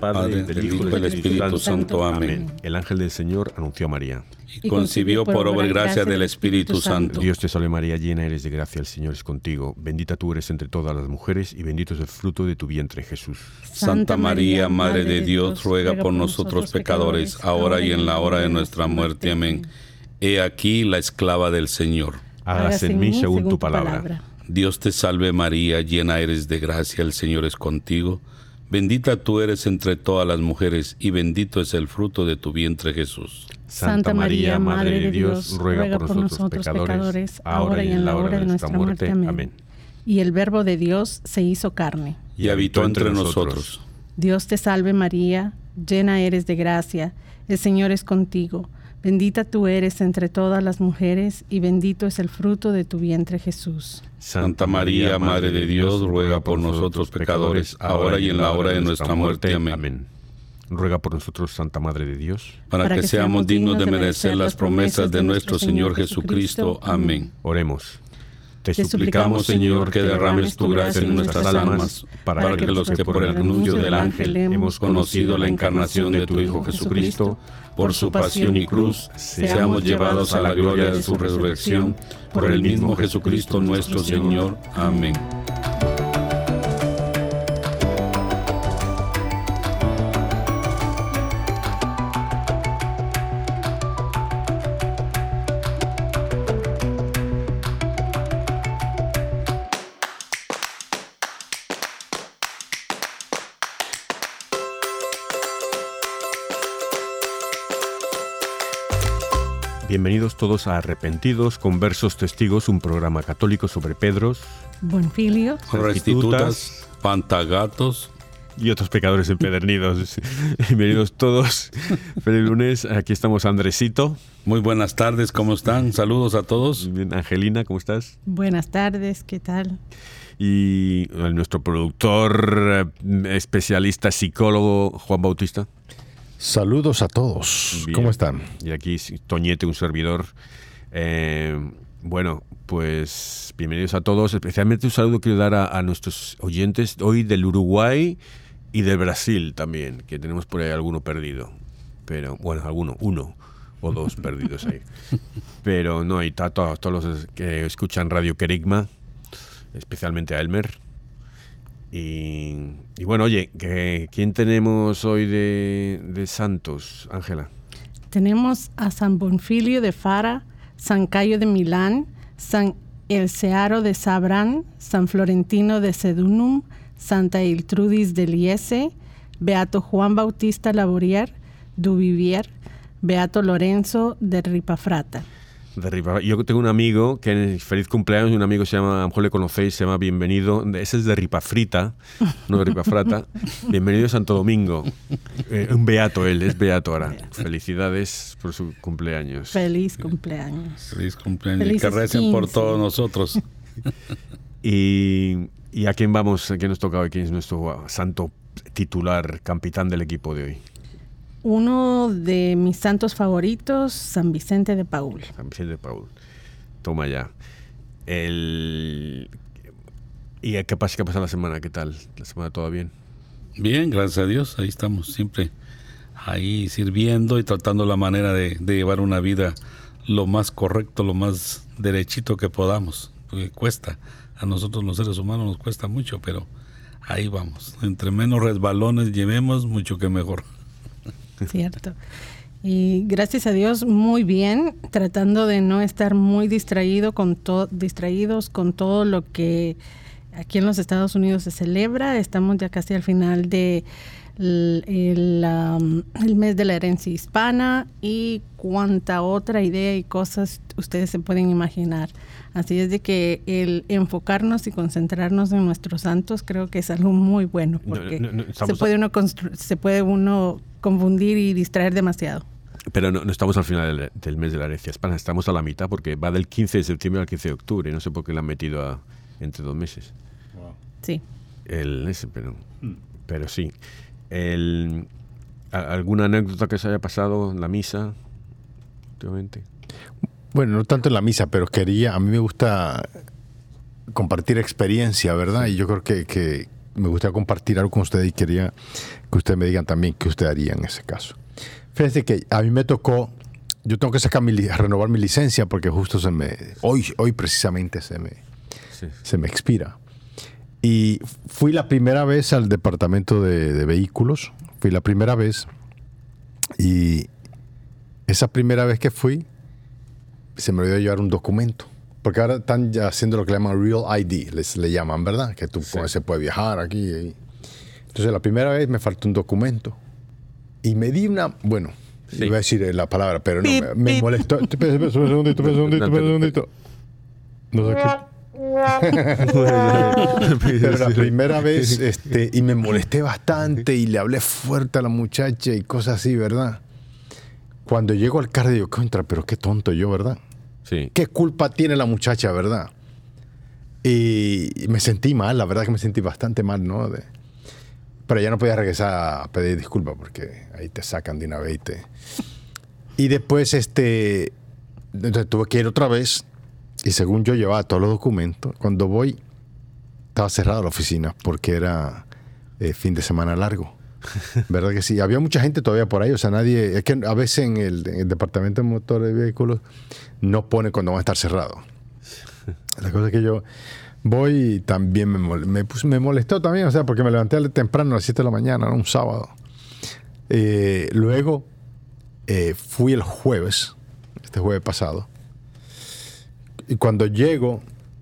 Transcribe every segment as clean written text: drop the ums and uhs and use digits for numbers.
Padre, del Hijo y del Espíritu Santo. Amén. El ángel del Señor anunció a María. Y concibió por obra y gracia del Espíritu Santo. Dios te salve María, llena eres de gracia, el Señor es contigo. Bendita tú eres entre todas las mujeres y bendito es el fruto de tu vientre, Jesús. Santa María, Madre de Dios, ruega por nosotros pecadores, ahora y en la hora de nuestra muerte. Amén. He aquí la esclava del Señor. Hágase en mí según tu palabra. Dios te salve María, llena eres de gracia, el Señor es contigo. Bendita tú eres entre todas las mujeres y bendito es el fruto de tu vientre, Jesús. Santa María, Madre de Dios, ruega por nosotros pecadores, ahora y en la hora de nuestra muerte. Amén. Y el Verbo de Dios se hizo carne y habitó entre nosotros. Dios te salve María, llena eres de gracia, el Señor es contigo. Bendita tú eres entre todas las mujeres y bendito es el fruto de tu vientre, Jesús. Santa María, Madre de Dios, ruega por nosotros pecadores, ahora y en la hora de nuestra muerte. Amén. Ruega por nosotros, Santa Madre de Dios, para que seamos dignos de merecer las promesas de nuestro Señor Jesucristo. Amén. Oremos. Te suplicamos, Señor, que derrames tu gracia en nuestras almas, para que los que por el anuncio del ángel hemos conocido la encarnación de tu Hijo Jesucristo, por su pasión y cruz, seamos llevados a la gloria de su resurrección, por el mismo Jesucristo nuestro Señor. Amén. Bienvenidos todos a Arrepentidos, Conversos, Testigos, un programa católico sobre Pedros, Bonfilios, restitutas, pantagatos y otros pecadores empedernidos. Bienvenidos todos. Feliz lunes. Aquí estamos Andresito. Muy buenas tardes, ¿cómo están? Saludos a todos. Bien, Angelina, ¿cómo estás? Buenas tardes, ¿qué tal? Y nuestro productor, especialista, psicólogo, Juan Bautista. Saludos a todos. Bien. ¿Cómo están? Y aquí Toñete, un servidor. Bueno, pues bienvenidos a todos. Especialmente un saludo quiero dar a nuestros oyentes hoy del Uruguay y del Brasil también, que tenemos por ahí alguno perdido. Pero bueno, uno o dos perdidos ahí. Pero no, y a todos los que escuchan Radio Querigma, especialmente a Elmer. Y bueno, oye, ¿quién tenemos hoy de santos, Ángela? Tenemos a San Bonfilio de Fara, San Cayo de Milán, San Elcearo de Sabrán, San Florentino de Sedunum, Santa Iltrudis de Liese, Beato Juan Bautista Laborier, Duvivier, Beato Lorenzo de Ripafrata. Yo tengo un amigo que feliz cumpleaños, un amigo se llama, a lo mejor le conocéis, se llama Bienvenido, ese es de Ripafrita, no de Ripafrata. Bienvenido a Santo Domingo. Un beato él, es beato ahora. Felicidades por su cumpleaños. Feliz cumpleaños. Feliz cumpleaños. Felices Que recen 15. por todos nosotros. ¿Y a quién vamos? ¿A quién nos toca hoy? ¿Quién es nuestro santo titular, capitán del equipo de hoy? Uno de mis santos favoritos, San Vicente de Paúl. San Vicente de Paúl. Toma ya. ¿Y qué pasa la semana? ¿Qué tal? ¿La semana todo bien? Bien, gracias a Dios. Ahí estamos siempre ahí sirviendo y tratando la manera de llevar una vida lo más correcto, lo más derechito que podamos. Porque cuesta. A nosotros los seres humanos nos cuesta mucho, pero ahí vamos. Entre menos resbalones llevemos, mucho que mejor. Cierto. Y gracias a Dios muy bien, tratando de no estar muy distraídos con todo lo que aquí en los Estados Unidos se celebra. Estamos ya casi al final de el mes de la herencia hispana y cuánta otra idea y cosas ustedes se pueden imaginar. Así es de que el enfocarnos y concentrarnos en nuestros santos creo que es algo muy bueno, porque se puede uno confundir y distraer demasiado. Pero no estamos al final del mes de la herencia hispana, estamos a la mitad porque va del 15 de septiembre al 15 de octubre. No sé por qué la han metido entre 2 meses. Wow. Sí. Pero sí. ¿Alguna anécdota que se haya pasado en la misa últimamente? Bueno, no tanto en la misa, pero a mí me gusta compartir experiencia, ¿verdad? Y yo creo que me gustaría compartir algo con ustedes y quería que ustedes me digan también qué usted haría en ese caso. Fíjense que a mí me tocó, yo tengo que renovar mi licencia porque justo hoy precisamente se me expira. Y fui la primera vez al departamento de vehículos, fui la primera vez, y esa primera vez que fui, se me olvidó llevar un documento. Porque ahora están ya haciendo lo que le llaman Real ID, le llaman, ¿verdad? Que tú con ese puedes viajar aquí. Entonces, la primera vez me faltó un documento. Y me di una... Bueno, iba a decir la palabra, pero no, me molestó. Espera un segundito. No sé qué... Pero la primera vez y me molesté bastante y le hablé fuerte a la muchacha y cosas así, ¿verdad? Cuando llego al carro digo, pero qué tonto yo, ¿verdad? Sí. ¿Qué culpa tiene la muchacha, verdad? Y me sentí mal, la verdad que me sentí bastante mal, ¿no? Pero ya no podía regresar a pedir disculpas porque ahí te sacan de una vez y después entonces tuve que ir otra vez. Y según yo llevaba todos los documentos, cuando voy, estaba cerrada la oficina porque era fin de semana largo. ¿Verdad que sí? Había mucha gente todavía por ahí, o sea, nadie... Es que a veces en el departamento de motores de vehículos no pone cuando van a estar cerrados. La cosa es que yo voy y también me molestó también, o sea, porque me levanté temprano a las 7 de la mañana, ¿no? Un sábado. Luego fui el jueves, este jueves pasado. Y cuando llego,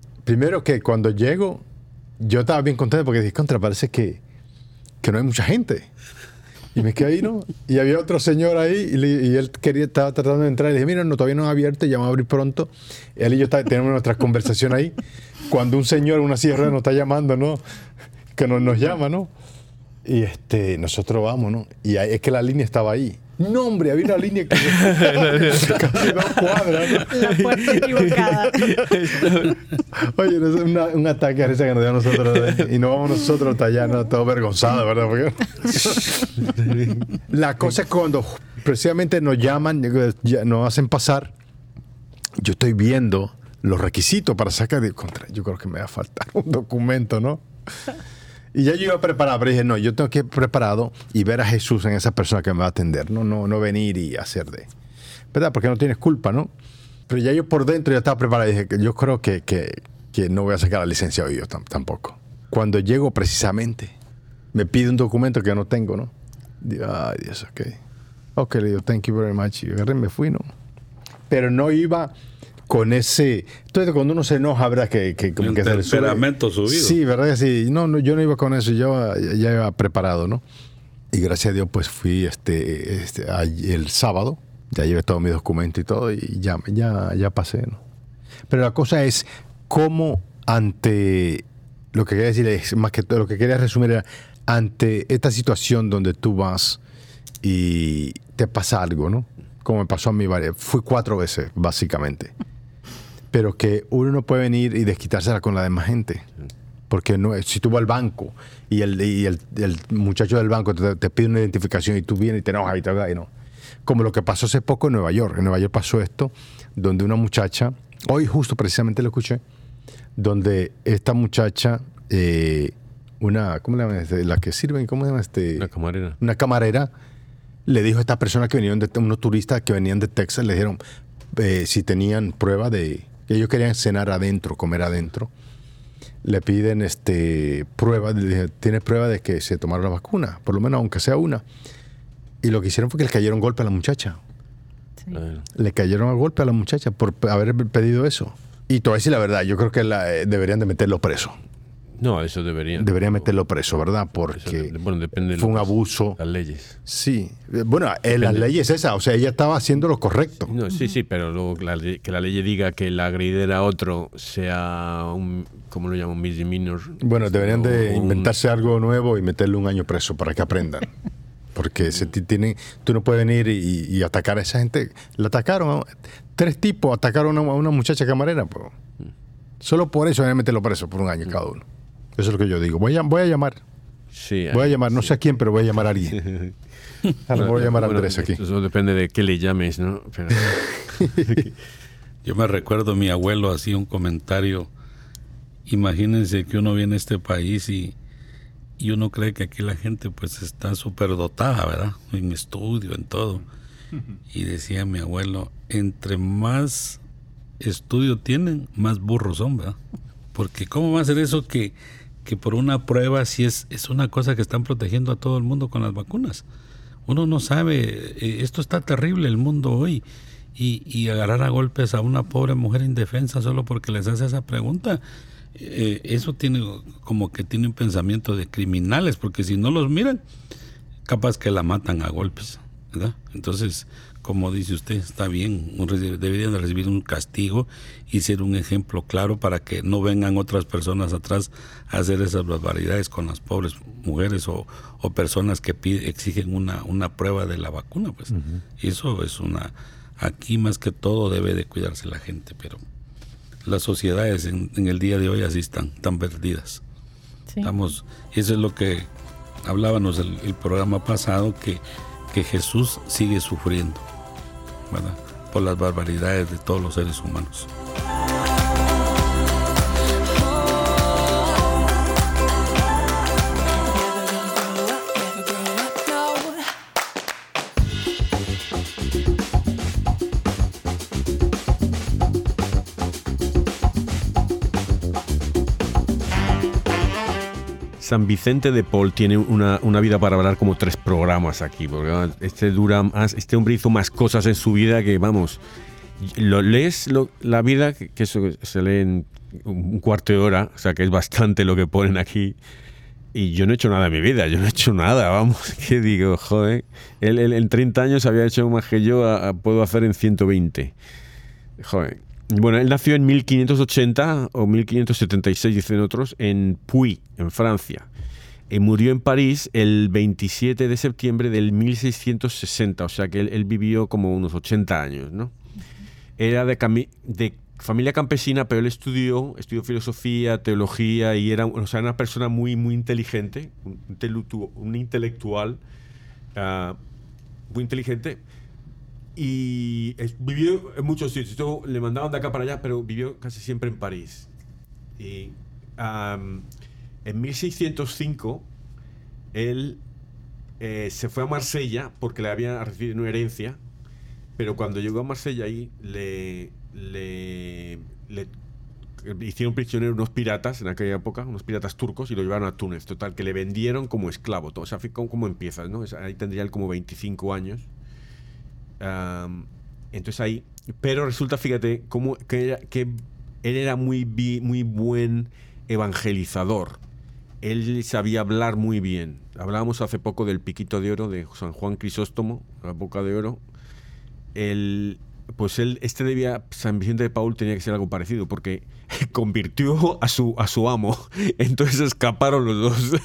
yo estaba bien contento porque dije, parece que no hay mucha gente. Y me quedé ahí, ¿no? Y había otro señor ahí y él estaba tratando de entrar. Y le dije, mira, no, todavía no ha abierto, ya vamos a abrir pronto. Él y yo tenemos nuestra conversación ahí. Cuando un señor, una silla de ruedas nos está llamando, ¿no? Que nos llama, ¿no? Y nosotros vamos, ¿no? Y es que la línea estaba ahí. No, hombre, había una línea que casi 2 cuadras, ¿no? La puerta equivocada. Oye, no es un ataque a risa que nos dio a nosotros, y no vamos nosotros hasta allá, ¿no? Todo vergonzado, ¿verdad? Porque... La cosa es cuando precisamente nos llaman, nos hacen pasar, yo estoy viendo los requisitos para sacar yo creo que me va a faltar un documento, ¿no? Y ya yo iba preparado, pero dije, no, yo tengo que ir preparado y ver a Jesús en esa persona que me va a atender, no venir y hacer ¿verdad? Porque no tienes culpa, ¿no? Pero ya yo por dentro ya estaba preparado y dije, yo creo que no voy a sacar la licencia hoy yo tampoco. Cuando llego precisamente, me pide un documento que yo no tengo, ¿no? Digo, ay, Dios, ok. Ok, le digo, thank you very much. Y agarré y me fui, ¿no? Pero no iba... con ese... Entonces, cuando uno se enoja, ¿verdad? Que como el que se le sube. temperamento subido. Sí, ¿verdad? Sí. No, yo no iba con eso. Yo ya iba preparado, ¿no? Y gracias a Dios, pues fui el sábado. Ya llevé todo mi documento y todo. Y ya pasé, ¿no? Pero la cosa es cómo ante... Lo que quería decir es, más que todo, lo que quería resumir era, ante esta situación donde tú vas y te pasa algo, ¿no? Como me pasó a mí, fui 4 veces, básicamente. Pero que uno no puede venir y desquitársela con la demás gente. Porque no, si tú vas al banco y el muchacho del banco te pide una identificación y tú vienes y te enojas y no. Como lo que pasó hace poco en Nueva York. En Nueva York pasó esto, donde una muchacha, hoy justo precisamente lo escuché, donde esta muchacha, ¿cómo le llaman? La que sirven, ¿cómo se llama? Una camarera. Una camarera, le dijo a estas personas que venían unos turistas que venían de Texas, le dijeron si tenían prueba de que ellos querían cenar adentro, comer adentro. Le piden prueba, le dije, ¿tienes prueba de que se tomaron la vacuna? Por lo menos, aunque sea una. Y lo que hicieron fue que le cayeron golpe a la muchacha. Sí. Le cayeron a golpe a la muchacha por haber pedido eso. Y te voy a decir la verdad, yo creo que deberían de meterlo preso. No, eso deberían. Deberían meterlo preso, ¿verdad? Porque depende de fue un abuso. Las leyes. Sí. Bueno, la ley es esa. O sea, ella estaba haciendo lo correcto. No, sí, pero luego que la ley diga que la agredir a otro sea ¿cómo lo llaman? Misdemeanor. Bueno, deberían de inventarse algo nuevo y meterle 1 año preso para que aprendan. Porque tú no puedes venir y atacar a esa gente. La atacaron. 3 tipos atacaron a una muchacha camarera. Pues. Solo por eso deberían meterlo preso por 1 año cada uno. Eso es lo que yo digo. Voy a llamar. Sí, voy a llamar, no sé a quién, pero voy a llamar a alguien. Voy a llamar a Andrés aquí. Eso depende de qué le llames, ¿no? Pero... Yo me recuerdo, mi abuelo hacía un comentario. Imagínense que uno viene a este país y Y uno cree que aquí la gente pues está súper dotada, ¿verdad? En estudio, en todo. Y decía mi abuelo, entre más estudio tienen, más burros son, ¿verdad? Porque ¿cómo va a ser eso que por una prueba, si es una cosa que están protegiendo a todo el mundo con las vacunas? Uno no sabe, esto está terrible el mundo hoy. Y agarrar a golpes a una pobre mujer indefensa solo porque les hace esa pregunta, eso tiene como que tiene un pensamiento de criminales, porque si no los miran, capaz que la matan a golpes, ¿verdad? Entonces, como dice usted, está bien, deberían de recibir un castigo y ser un ejemplo claro para que no vengan otras personas atrás a hacer esas barbaridades con las pobres mujeres o personas que exigen una prueba de la vacuna, pues. Uh-huh. Eso es aquí más que todo debe de cuidarse la gente, pero las sociedades en el día de hoy así están perdidas. Sí. Eso es lo que hablábamos el programa pasado, que Jesús sigue sufriendo, ¿verdad? Por las barbaridades de todos los seres humanos. San Vicente de Paul tiene una vida para hablar como 3 programas aquí, porque este hombre hizo más cosas en su vida que, vamos, lees la vida, que eso se lee en un cuarto de hora, o sea que es bastante lo que ponen aquí, y yo no he hecho nada en mi vida, vamos, que digo, joder, él en 30 años había hecho más que yo, puedo hacer en 120, joder. Bueno, él nació en 1580 o 1576, dicen otros, en Puy, en Francia. Y murió en París el 27 de septiembre del 1660, o sea que él vivió como unos 80 años, ¿no? Era de familia campesina, pero él estudió filosofía, teología y era una persona muy, muy inteligente, un intelectual muy inteligente. Y vivió en muchos sitios. Le mandaban de acá para allá, pero vivió casi siempre en París. Y en 1605 él se fue a Marsella porque le había recibido una herencia, pero cuando llegó a Marsella ahí le hicieron prisionero unos piratas en aquella época, unos piratas turcos, y lo llevaron a Túnez. Total, que le vendieron como esclavo. O sea, ¿cómo empiezas, no? Ahí tendría él como 25 años. Entonces ahí, pero resulta, fíjate, que él era muy buen evangelizador. Él sabía hablar muy bien. Hablábamos hace poco del piquito de oro de San Juan Crisóstomo, la boca de oro. San Vicente de Paul tenía que ser algo parecido, porque convirtió a su amo. Entonces escaparon los dos.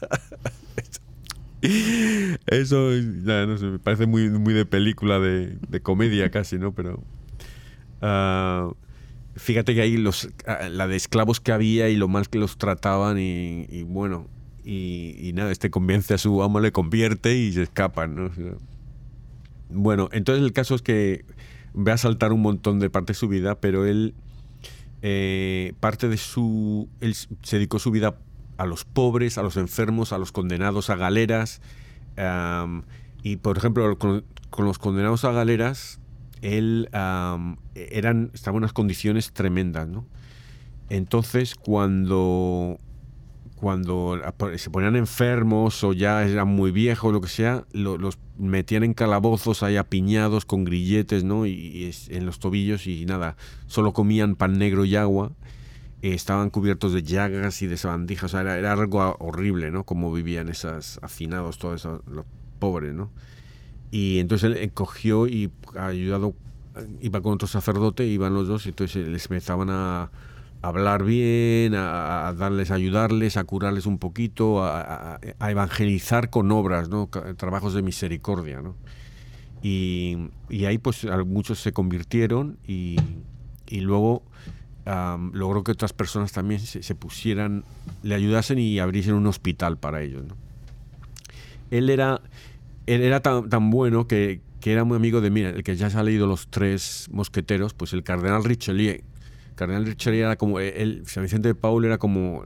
Eso no sé, me parece muy, muy de película de comedia casi, ¿no? Pero fíjate que ahí la de esclavos que había y lo mal que los trataban y bueno, y nada, convence a su amo, le convierte y se escapan, ¿no? Bueno, entonces el caso es que va a saltar un montón de parte de su vida, pero él él se dedicó su vida a los pobres, a los enfermos, a los condenados a galeras. Y, por ejemplo, con los condenados a galeras, él estaba en unas condiciones tremendas, ¿no? Entonces, cuando se ponían enfermos o ya eran muy viejos, lo que sea, los metían en calabozos ahí apiñados con grilletes, ¿no? Y en los tobillos y nada, solo comían pan negro y agua. Estaban cubiertos de llagas y de sabandijas, o sea, era algo horrible, ¿no? Como vivían esos hacinados, todos esos, los pobres, ¿no? Y entonces él cogió y ayudado, iba con otro sacerdote, iban los dos, y entonces les empezaban a hablar bien, a ayudarles, a curarles un poquito, a evangelizar con obras, ¿no? Trabajos de misericordia, ¿no? Y ahí pues muchos se convirtieron y luego logró que otras personas también se pusieran, le ayudasen y abriesen un hospital para ellos, ¿no? Él era tan bueno que era muy amigo de, mira, el que ya se ha leído Los Tres Mosqueteros, pues el cardenal Richelieu. Cardenal Richelieu era como San Vicente de Paul era como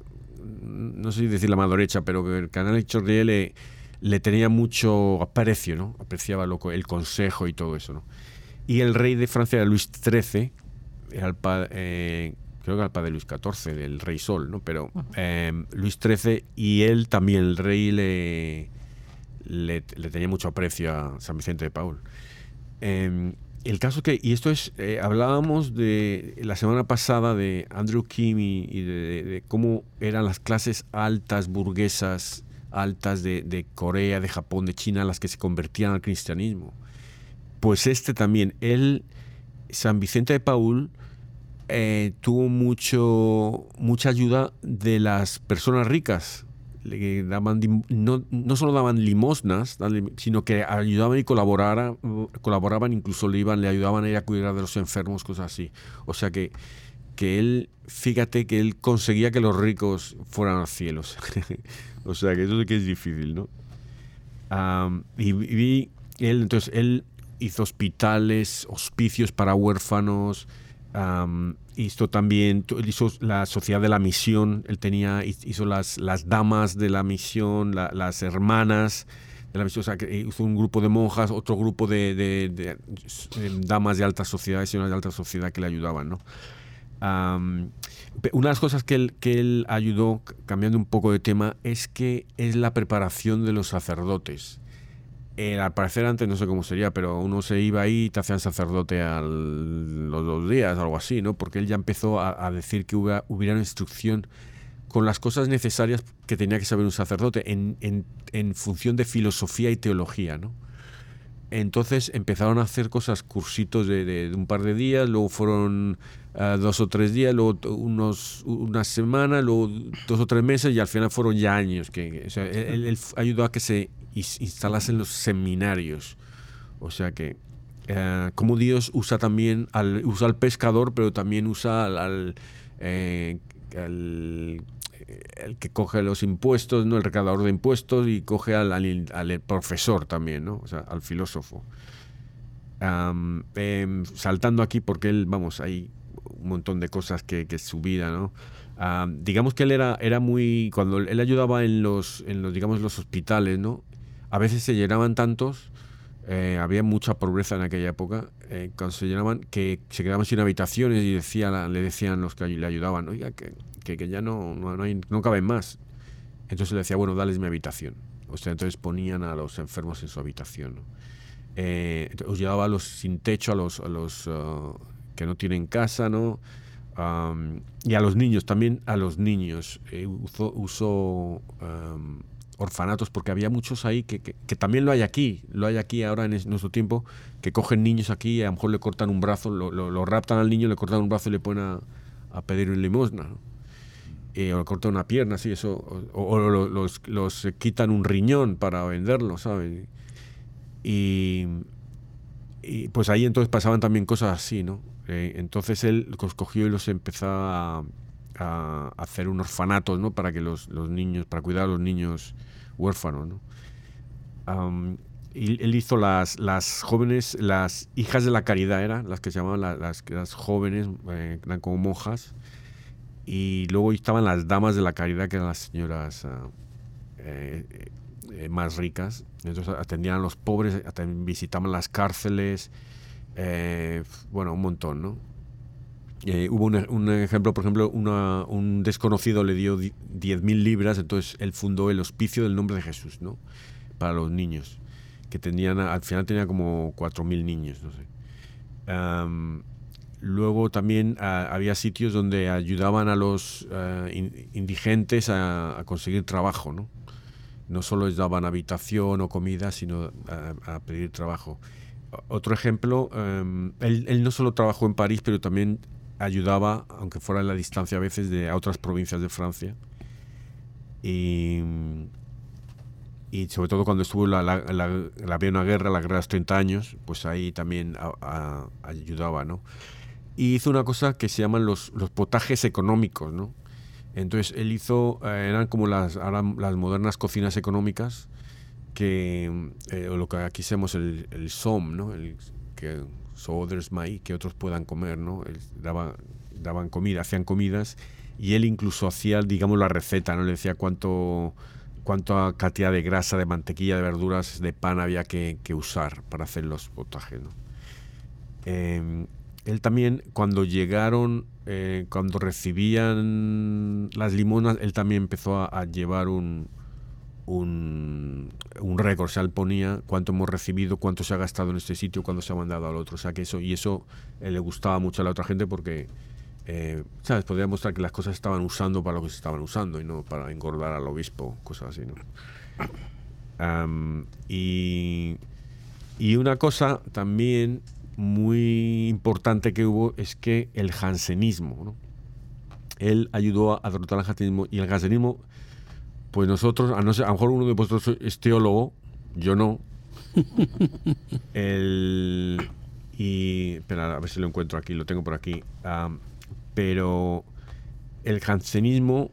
no sé si decir la mano derecha, pero que el canal Richelieu le tenía mucho aprecio, ¿no? Apreciaba el consejo y todo eso, ¿no? Y el rey de Francia era Luis XIII, era creo que era el padre de Luis XIV, del rey Sol, ¿no? Pero Luis XIII, y él también, el rey le tenía mucho aprecio a San Vicente de Paúl. El caso que, y esto es, hablábamos de la semana pasada de Andrew Kim y de cómo eran las clases altas, burguesas, altas de Corea, de Japón, de China, las que se convertían al cristianismo. Pues también, San Vicente de Paúl, tuvo mucha ayuda de las personas ricas. Le daban, no solo daban limosnas, sino que ayudaban y colaboraban, incluso le ayudaban a ir a cuidar de los enfermos, cosas así. O sea que él, fíjate que él conseguía que los ricos fueran al cielo. O sea que eso sí que es difícil, ¿no? Entonces él hizo hospicios para huérfanos. Hizo también, hizo la sociedad de la misión, hizo las damas de la misión, las hermanas de la misión, o sea, que hizo un grupo de monjas, otro grupo de damas de alta sociedad, señoras de alta sociedad que le ayudaban, ¿no? Una de las cosas que él ayudó, cambiando un poco de tema, es la preparación de los sacerdotes. Al parecer antes no sé cómo sería, pero uno se iba ahí y te hacían sacerdote los 2 días, algo así, ¿no? Porque él ya empezó a decir que hubiera una instrucción con las cosas necesarias que tenía que saber un sacerdote en función de filosofía y teología, ¿no? Entonces empezaron a hacer cursitos de un par de días, luego fueron 2 o 3 días, luego una semana, luego 2 o 3 meses, y al final fueron ya años. O sea, él ayudó a que se instalasen los seminarios. O sea que como Dios usa también usa al pescador, pero también usa el que coge los impuestos, ¿no? El recaudador de impuestos, y coge al profesor también, ¿no? O sea, al filósofo. Saltando aquí, porque él, hay un montón de cosas que es su vida, ¿no? Digamos que él era muy, cuando él ayudaba en los digamos, los hospitales, ¿no? A veces se llenaban tantos, había mucha pobreza en aquella época, cuando se llenaban, que se quedaban sin habitaciones, y le decían los que le ayudaban, oiga, que ya no caben más. Entonces le decía, bueno, dales mi habitación. O sea, entonces ponían a los enfermos en su habitación, ¿no? Os llevaba a los sin techo, a los que no tienen casa, ¿no? Y a los niños, también a los niños. Usó orfanatos, porque había muchos ahí que también lo hay aquí ahora en nuestro tiempo, que cogen niños aquí y a lo mejor le cortan un brazo, lo raptan al niño, le cortan un brazo y le ponen a pedir una limosna, ¿no? O le cortan una pierna, así, eso, o los quitan un riñón para venderlo, ¿sabes? Y pues ahí entonces pasaban también cosas así, ¿no? Entonces él los cogió y los empezó a hacer un orfanato, ¿no? Para que los niños, para cuidar a los niños huérfanos, ¿no? Y él hizo las jóvenes, las hijas de la caridad, eran las que se llamaban las jóvenes, eran como monjas. Y luego estaban las damas de la caridad, que eran las señoras más ricas. Entonces atendían a los pobres, visitaban las cárceles, un montón, ¿no? Hubo un ejemplo, por ejemplo, un desconocido le dio 10.000 libras, entonces él fundó el Hospicio del Nombre de Jesús, ¿no? Para los niños, que al final tenía como 4.000 niños, no sé. Luego también había sitios donde ayudaban a los indigentes a conseguir trabajo, ¿no? No solo les daban habitación o comida, sino a pedir trabajo. Otro ejemplo, él no solo trabajó en París, pero también ayudaba, aunque fuera a la distancia a veces, a otras provincias de Francia. Y sobre todo cuando estuvo había una guerra, la guerra de los 30 años, pues ahí también ayudaba, ¿no? Y hizo una cosa que se llaman los potajes económicos, ¿no? Entonces él hizo, eran como las modernas cocinas económicas, o lo que aquí llamamos el SOM, ¿no? So others might, que otros puedan comer, ¿no? Daban comida, hacían comidas, y él incluso hacía, digamos, la receta, ¿no? Le decía cuánta cantidad de grasa, de mantequilla, de verduras, de pan había que usar para hacer los potajes, ¿no? Él también, cuando llegaron, cuando recibían las limonas, él también empezó a llevar un récord. O sea, él ponía cuánto hemos recibido, cuánto se ha gastado en este sitio, cuánto se ha mandado al otro. O sea, que eso le gustaba mucho a la otra gente porque, ¿sabes? Podía mostrar que las cosas se estaban usando para lo que se estaban usando y no para engordar al obispo, cosas así, ¿no? Y una cosa también muy importante que hubo es que el jansenismo, ¿no? Él ayudó a derrotar al jansenismo, y el jansenismo, pues nosotros, a lo mejor uno de vosotros es teólogo, yo no. Espera, a ver si lo encuentro aquí, lo tengo por aquí. Pero el jansenismo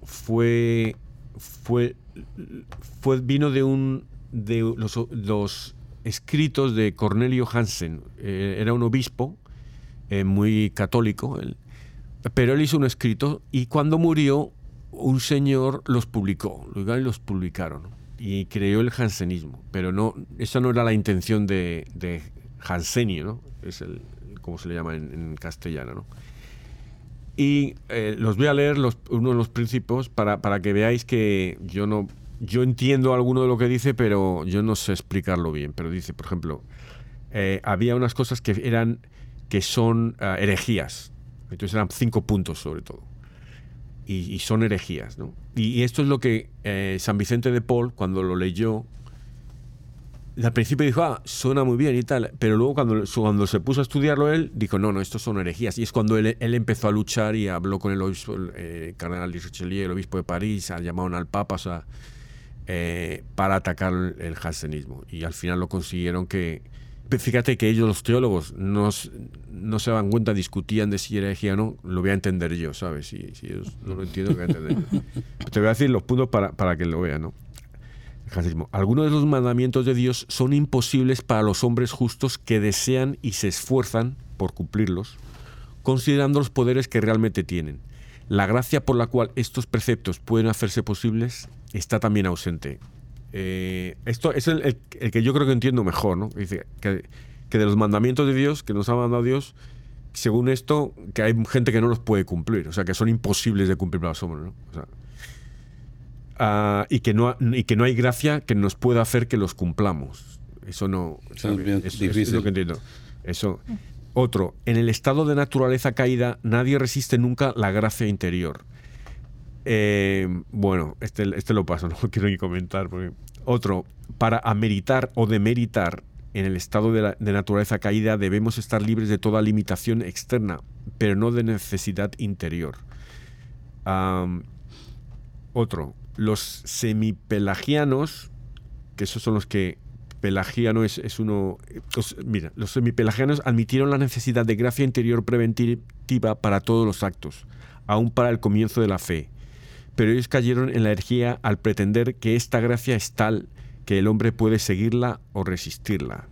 vino de los escritos de Cornelio Hansen. Era un obispo muy católico, pero él hizo un escrito, y cuando murió un señor los publicó, los publicaron, ¿no? Y creó el jansenismo, pero no, esa no era la intención de Jansenio, ¿no? Es como se le llama en castellano, ¿no? Y los voy a leer uno de los principios para que veáis que yo entiendo alguno de lo que dice, pero yo no sé explicarlo bien. Pero dice, por ejemplo, había unas cosas que son herejías. Entonces eran 5 puntos sobre todo. Y son herejías, ¿no? Y esto es lo que San Vicente de Paul, cuando lo leyó, al principio dijo, suena muy bien y tal, pero luego cuando se puso a estudiarlo él, dijo, no, estos son herejías. Y es cuando él empezó a luchar y habló con el obispo, el cardenal de Richelieu, el obispo de París, llamaron al Papa, o sea, para atacar el jansenismo. Y al final lo consiguieron fíjate que ellos, los teólogos, no se daban cuenta, discutían de si era herejía o no. Lo voy a entender yo, ¿sabes? Si ellos no lo entienden, lo voy a entender yo. Te voy a decir los puntos para que lo vean, ¿no? El jansenismo. Algunos de los mandamientos de Dios son imposibles para los hombres justos que desean y se esfuerzan por cumplirlos, considerando los poderes que realmente tienen. La gracia por la cual estos preceptos pueden hacerse posibles está también ausente. Esto es el que yo creo que entiendo mejor, ¿no? Dice que de los mandamientos de Dios, que nos ha mandado Dios, según esto, que hay gente que no los puede cumplir, o sea, que son imposibles de cumplir para los hombres, ¿no? O sea, y que no hay gracia que nos pueda hacer que los cumplamos. Eso no, es difícil. Es lo que entiendo. Eso. Otro, en el estado de naturaleza caída, nadie resiste nunca la gracia interior. Bueno, este lo paso, no lo quiero ni comentar. Otro, para ameritar o demeritar en el estado de naturaleza caída debemos estar libres de toda limitación externa, pero no de necesidad interior. Otro, los semipelagianos, que esos son los que pelagiano es uno... Mira, los semipelagianos admitieron la necesidad de gracia interior preventiva para todos los actos, aún para el comienzo de la fe. Pero ellos cayeron en la herejía al pretender que esta gracia es tal que el hombre puede seguirla o resistirla.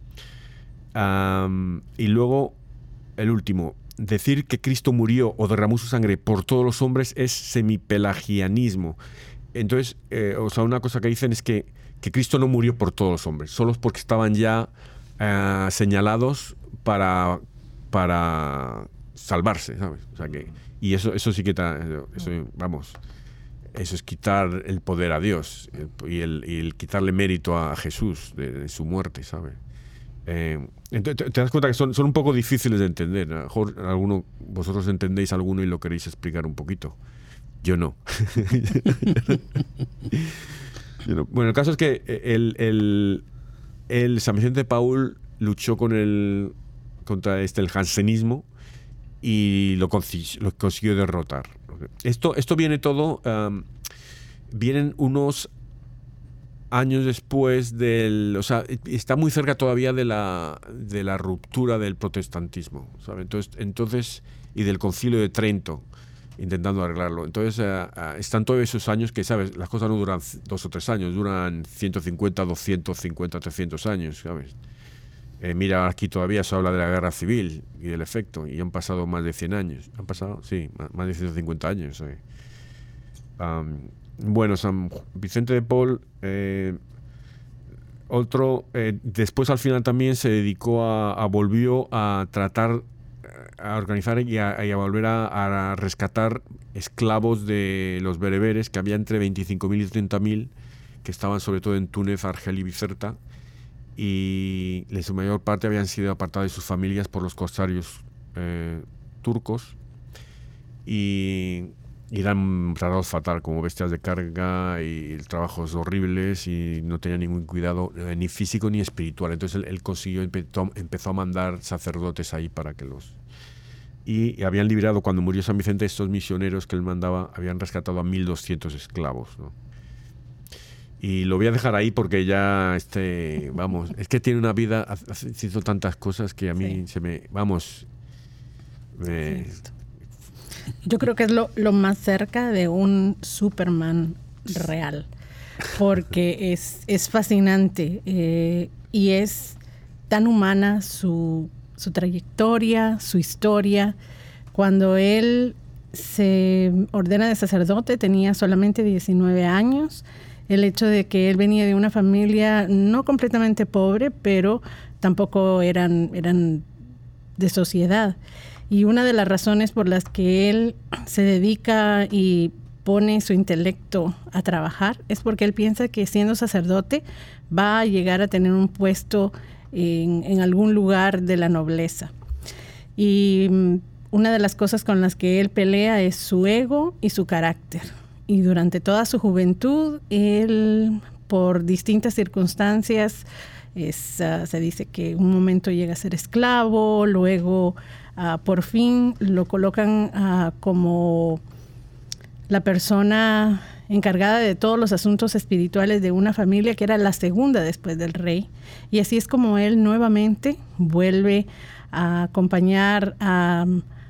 Y luego, el último, decir que Cristo murió o derramó su sangre por todos los hombres es semipelagianismo. Entonces, una cosa que dicen es que Cristo no murió por todos los hombres, solo porque estaban ya señalados para salvarse, ¿sabes? O sea y eso sí que eso es quitar el poder a Dios y el quitarle mérito a Jesús de su muerte, ¿sabes? Entonces te das cuenta que son un poco difíciles de entender. A lo mejor vosotros entendéis alguno y lo queréis explicar un poquito. Yo no. Bueno, el caso es que el San Vicente de Paul luchó contra el jansenismo y lo consiguió derrotar. Esto viene todo, vienen unos años después está muy cerca todavía de la ruptura del protestantismo, ¿sabes? Entonces y del Concilio de Trento, intentando arreglarlo. Entonces están todos esos años que, ¿sabes? Las cosas no duran 2 o 3 años, duran 150, 250, 300 años, ¿sabes? Mira, aquí todavía se habla de la guerra civil y del efecto, y han pasado más de 100 años. ¿Han pasado? Sí, más de 150 años. Bueno, San Vicente de Paul, después al final también se dedicó volvió a tratar, a organizar y a volver a rescatar esclavos de los bereberes, que había entre 25.000 y 30.000, que estaban sobre todo en Túnez, Argel y Bizerta, y en su mayor parte habían sido apartados de sus familias por los corsarios turcos, y eran tratados fatal, como bestias de carga, y trabajos horribles, y no tenían ningún cuidado ni físico ni espiritual. Entonces él consiguió, empezó a mandar sacerdotes ahí para que los... Y habían liberado, cuando murió San Vicente, estos misioneros que él mandaba, habían rescatado a 1.200 esclavos, ¿no? Y lo voy a dejar ahí porque ya, vamos, es que tiene una vida, haciendo tantas cosas que a mí se me, vamos... Yo creo que es lo más cerca de un Superman real, porque es fascinante y es tan humana su trayectoria, su historia. Cuando él se ordena de sacerdote tenía solamente 19 años. El hecho de que él venía de una familia no completamente pobre, pero tampoco eran de sociedad. Y una de las razones por las que él se dedica y pone su intelecto a trabajar es porque él piensa que siendo sacerdote va a llegar a tener un puesto en algún lugar de la nobleza. Y una de las cosas con las que él pelea es su ego y su carácter. Y durante toda su juventud, él, por distintas circunstancias, se dice que un momento llega a ser esclavo, luego por fin lo colocan como la persona encargada de todos los asuntos espirituales de una familia que era la segunda después del rey. Y así es como él nuevamente vuelve a acompañar a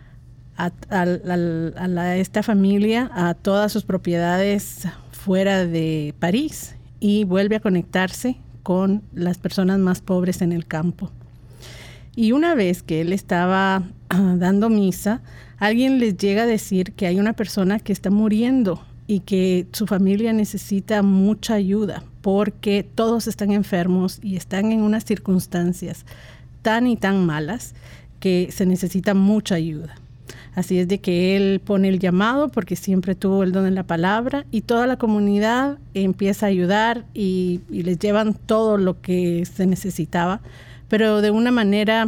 esta familia a todas sus propiedades fuera de París y vuelve a conectarse con las personas más pobres en el campo. Y una vez que él estaba dando misa, alguien les llega a decir que hay una persona que está muriendo y que su familia necesita mucha ayuda porque todos están enfermos y están en unas circunstancias tan y tan malas que se necesita mucha ayuda. Así es de que él pone el llamado porque siempre tuvo el don de la palabra y toda la comunidad empieza a ayudar y les llevan todo lo que se necesitaba, pero de una manera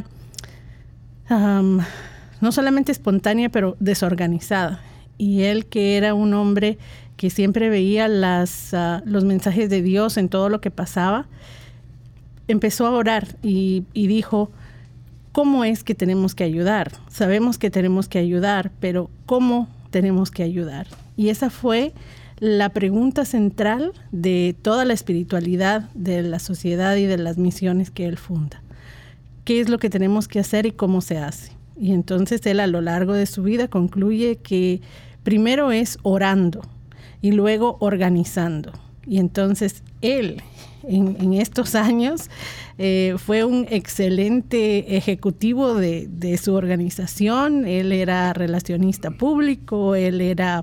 no solamente espontánea, pero desorganizada. Y él, que era un hombre que siempre veía los mensajes de Dios en todo lo que pasaba, empezó a orar y dijo: ¿cómo es que tenemos que ayudar? Sabemos que tenemos que ayudar, pero ¿cómo tenemos que ayudar? Y esa fue la pregunta central de toda la espiritualidad de la sociedad y de las misiones que él funda. ¿Qué es lo que tenemos que hacer y cómo se hace? Y entonces él, a lo largo de su vida, concluye que primero es orando y luego organizando. Y entonces él, en estos años, fue un excelente ejecutivo de su organización. Él era relacionista público, él era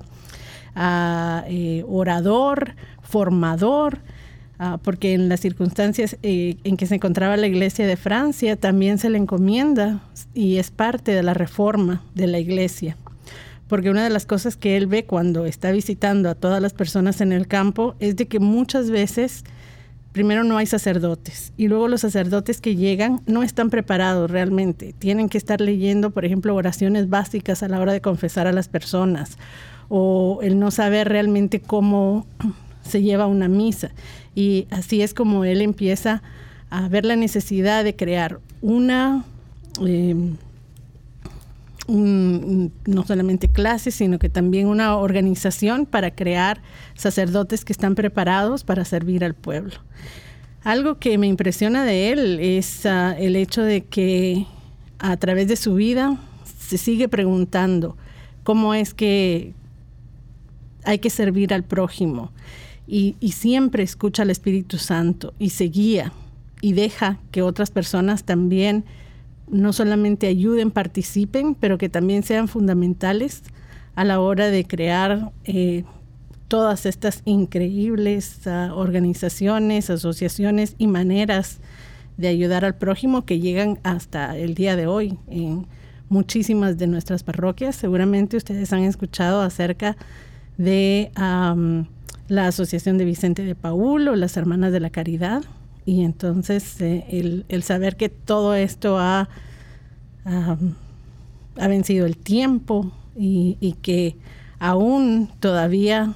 orador, formador, porque en las circunstancias en que se encontraba la Iglesia de Francia también se le encomienda y es parte de la reforma de la Iglesia. Porque una de las cosas que él ve cuando está visitando a todas las personas en el campo es de que muchas veces primero no hay sacerdotes y luego los sacerdotes que llegan no están preparados realmente. Tienen que estar leyendo, por ejemplo, oraciones básicas a la hora de confesar a las personas o el no saber realmente cómo se lleva una misa. Y así es como él empieza a ver la necesidad de crear no solamente clases, sino que también una organización para crear sacerdotes que están preparados para servir al pueblo. Algo que me impresiona de él es el hecho de que a través de su vida se sigue preguntando cómo es que hay que servir al prójimo y siempre escucha al Espíritu Santo y se guía y deja que otras personas también no solamente ayuden, participen, pero que también sean fundamentales a la hora de crear todas estas increíbles organizaciones, asociaciones y maneras de ayudar al prójimo que llegan hasta el día de hoy en muchísimas de nuestras parroquias. Seguramente ustedes han escuchado acerca de la Asociación de Vicente de Paúl o las Hermanas de la Caridad, y entonces el saber que todo esto ha vencido el tiempo y que aún todavía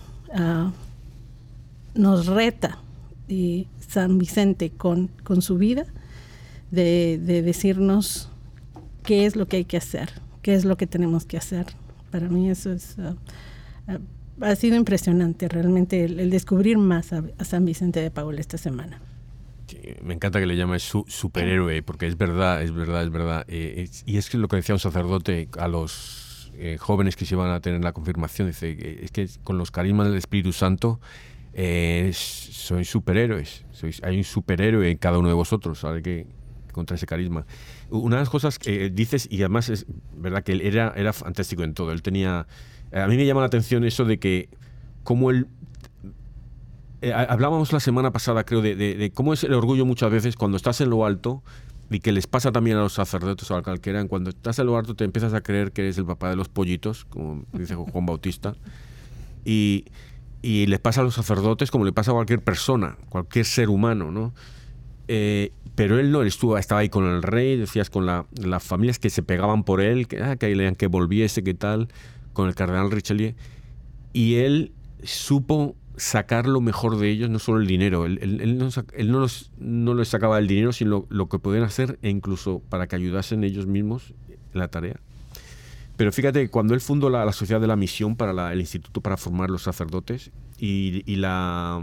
nos reta San Vicente con su vida de decirnos qué es lo que hay que hacer, qué es lo que tenemos que hacer. Para mí eso ha sido impresionante realmente el descubrir más a San Vicente de Paúl esta semana. Sí, me encanta que le llames superhéroe, porque es verdad. Y es que lo que decía un sacerdote a los jóvenes que se iban a tener la confirmación, dice, es que con los carismas del Espíritu Santo sois superhéroes. Hay un superhéroe en cada uno de vosotros, ¿sabe? Que contra ese carisma. Una de las cosas que dices, y además es verdad que él era fantástico en todo. Él tenía... A mí me llama la atención eso de que como él... hablábamos la semana pasada, creo, de cómo es el orgullo muchas veces cuando estás en lo alto, y que les pasa también a los sacerdotes o a cualquiera. Cuando estás en lo alto te empiezas a creer que eres el papá de los pollitos, como dice Juan Bautista, y les pasa a los sacerdotes como le pasa a cualquier persona, cualquier ser humano, ¿no? Pero él no, él estaba ahí con el rey, decías, con las familias que se pegaban por él, que volviese, que tal, con el cardenal Richelieu, y él supo sacar lo mejor de ellos, no solo el dinero. Él no les sacaba el dinero, sino lo que podían hacer, e incluso para que ayudasen ellos mismos en la tarea. Pero fíjate, cuando él fundó la Sociedad de la Misión, el Instituto para formar los sacerdotes, y las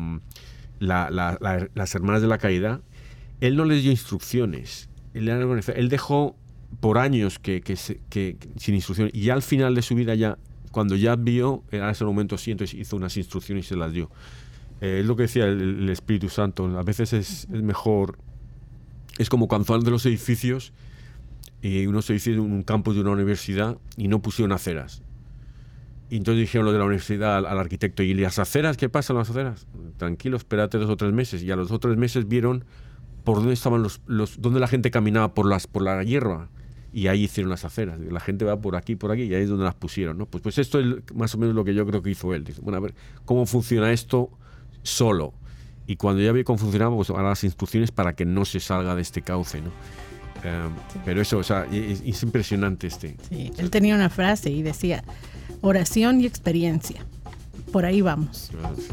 Hermanas de la Caridad, él no les dio instrucciones. Él dejó por años que sin instrucciones, y ya al final de su vida, ya cuando ya vio, en ese momento sí, entonces hizo unas instrucciones y se las dio. Es lo que decía el Espíritu Santo. A veces es mejor, es como cuando hablan de los edificios, y unos edificios en un campus de una universidad y no pusieron aceras. Y entonces dijeron los de la universidad al arquitecto, ¿y las aceras? ¿Qué pasa con las aceras? Tranquilo, espérate 2 o 3 meses. Y a los 2 o 3 meses vieron por dónde estaban dónde la gente caminaba por la hierba, y ahí hicieron las aceras. La gente va por aquí, y ahí es donde las pusieron, ¿no? Pues esto es más o menos lo que yo creo que hizo él. Dice, bueno, a ver, ¿cómo funciona esto solo? Y cuando ya vi cómo funcionaba, pues ahora las instrucciones para que no se salga de este cauce, ¿no? Sí. Pero eso, o sea, es impresionante Sí, él tenía una frase y decía, oración y experiencia. Por ahí vamos.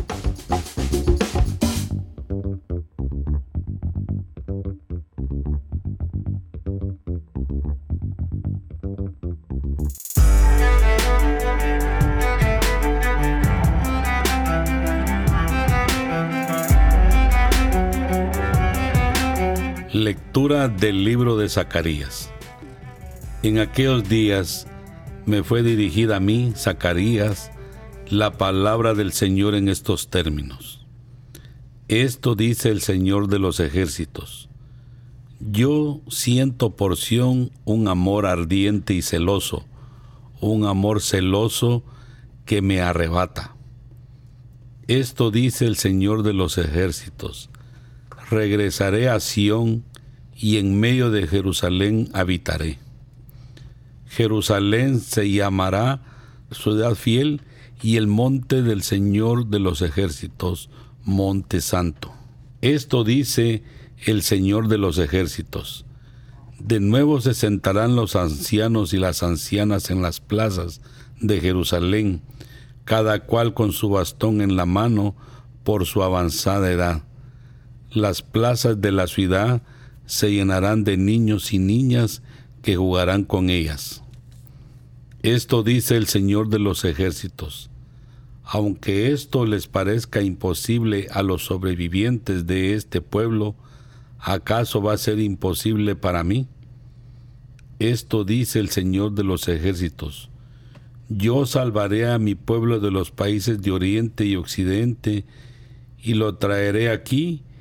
Lectura del libro de Zacarías. En aquellos días me fue dirigida a mí, Zacarías, la palabra del Señor en estos términos. Esto dice el Señor de los ejércitos: yo siento por Sión un amor ardiente y celoso, un amor celoso que me arrebata. Esto dice el Señor de los ejércitos: regresaré a Sión y en medio de Jerusalén habitaré. Jerusalén se llamará ciudad fiel y el monte del Señor de los ejércitos, monte santo. Esto dice el Señor de los ejércitos: de nuevo se sentarán los ancianos y las ancianas en las plazas de Jerusalén, cada cual con su bastón en la mano por su avanzada edad. Las plazas de la ciudad se llenarán de niños y niñas que jugarán con ellas. Esto dice el Señor de los ejércitos: aunque esto les parezca imposible a los sobrevivientes de este pueblo, ¿acaso va a ser imposible para mí? Esto dice el Señor de los ejércitos: yo salvaré a mi pueblo de los países de Oriente y Occidente y lo traeré aquí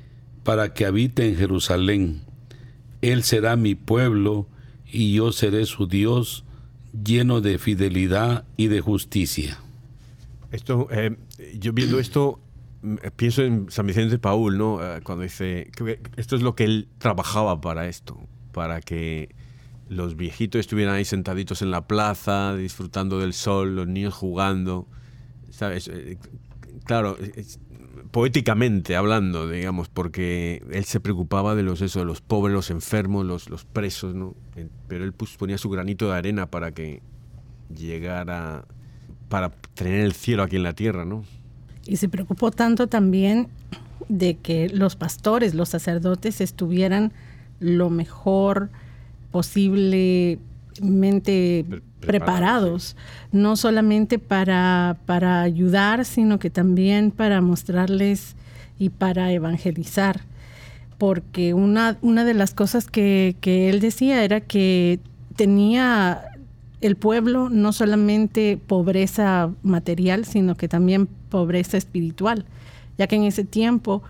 para que habite en Jerusalén. Él será mi pueblo y yo seré su Dios, lleno de fidelidad y de justicia. Esto, yo viendo esto, pienso en San Vicente de Paúl, ¿no? Cuando dice que esto es lo que él trabajaba para esto, para que los viejitos estuvieran ahí sentaditos en la plaza, disfrutando del sol, los niños jugando, ¿sabes? Claro, poéticamente hablando, digamos, porque él se preocupaba de los pobres, los enfermos, los presos, ¿no? Pero él ponía su granito de arena para que llegara, para tener el cielo aquí en la tierra, ¿no? Y se preocupó tanto también de que los pastores, los sacerdotes estuvieran lo mejor posiblemente preparados, no solamente para ayudar, sino que también para mostrarles y para evangelizar. Porque una de las cosas que él decía era que tenía el pueblo no solamente pobreza material, sino que también pobreza espiritual, ya que en ese tiempo,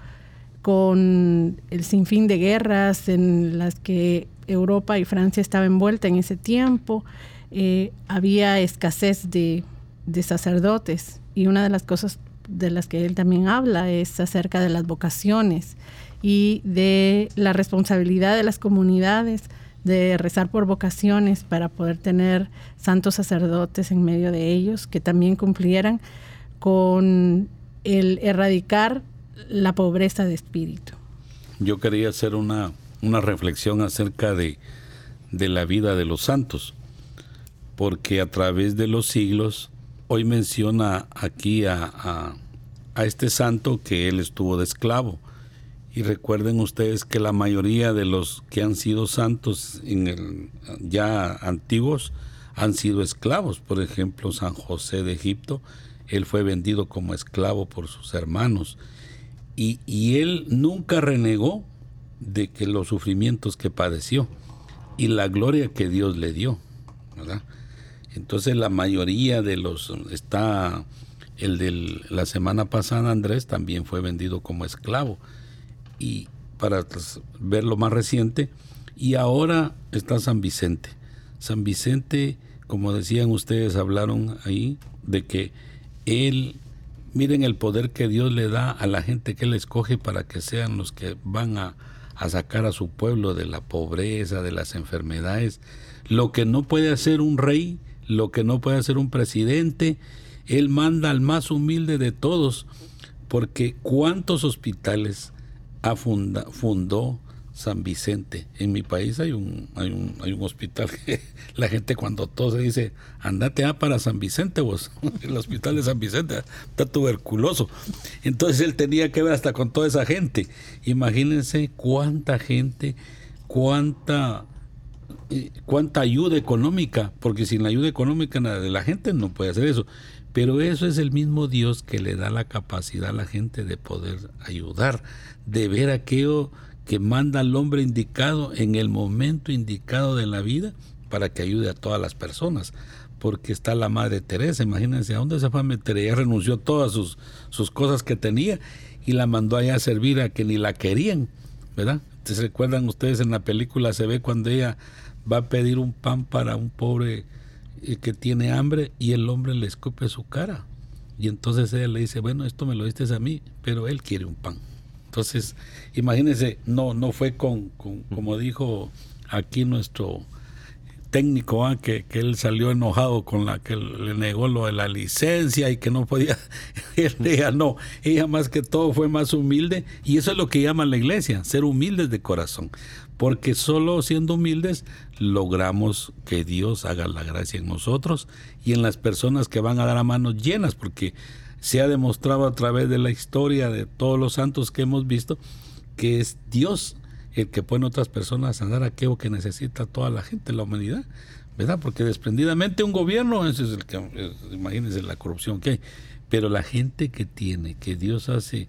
con el sinfín de guerras en las que Europa y Francia estaban envueltas en ese tiempo, había escasez de sacerdotes, y una de las cosas de las que él también habla es acerca de las vocaciones y de la responsabilidad de las comunidades de rezar por vocaciones para poder tener santos sacerdotes en medio de ellos que también cumplieran con el erradicar la pobreza de espíritu. Yo quería hacer una reflexión acerca de la vida de los santos, porque a través de los siglos, hoy menciona aquí a este santo que él estuvo de esclavo. Y recuerden ustedes que la mayoría de los que han sido santos ya antiguos han sido esclavos. Por ejemplo, San José de Egipto, él fue vendido como esclavo por sus hermanos. Y él nunca renegó de que los sufrimientos que padeció y la gloria que Dios le dio, ¿verdad? Entonces la mayoría de el de la semana pasada, Andrés, también fue vendido como esclavo. Y para ver lo más reciente, y ahora está San Vicente. San Vicente, como decían ustedes, hablaron ahí de que él, miren el poder que Dios le da a la gente que él escoge para que sean los que van a sacar a su pueblo de la pobreza, de las enfermedades. Lo que no puede hacer un rey, lo que no puede hacer un presidente, él manda al más humilde de todos, porque ¿cuántos hospitales fundó San Vicente? En mi país hay un hospital que la gente cuando tose dice, andate para San Vicente vos, el hospital de San Vicente está tuberculoso. Entonces él tenía que ver hasta con toda esa gente. Imagínense cuánta gente, cuánta ayuda económica, porque sin la ayuda económica de la gente no puede hacer eso. Pero eso es el mismo Dios que le da la capacidad a la gente de poder ayudar, de ver aquello que manda al hombre indicado en el momento indicado de la vida para que ayude a todas las personas. Porque está la Madre Teresa, imagínense, ¿a dónde se fue a meter? Ella renunció a todas sus cosas que tenía y la mandó allá a servir a que ni la querían, ¿verdad? ¿Se recuerdan ustedes? En la película se ve cuando ella va a pedir un pan para un pobre que tiene hambre y el hombre le escupe su cara. Y entonces ella le dice, bueno, esto me lo diste a mí, pero él quiere un pan. Entonces, imagínense, no fue como dijo aquí nuestro técnico, que él salió enojado con la que le negó lo de la licencia y que no podía. Ella más que todo fue más humilde, y eso es lo que llama la iglesia, ser humildes de corazón, porque solo siendo humildes logramos que Dios haga la gracia en nosotros y en las personas que van a dar a manos llenas, porque se ha demostrado a través de la historia de todos los santos que hemos visto que es Dios el que pone a otras personas a dar aquello que necesita toda la gente, la humanidad, ¿verdad? Porque desprendidamente un gobierno, ese es el que, imagínense la corrupción que hay, pero la gente que tiene, que Dios hace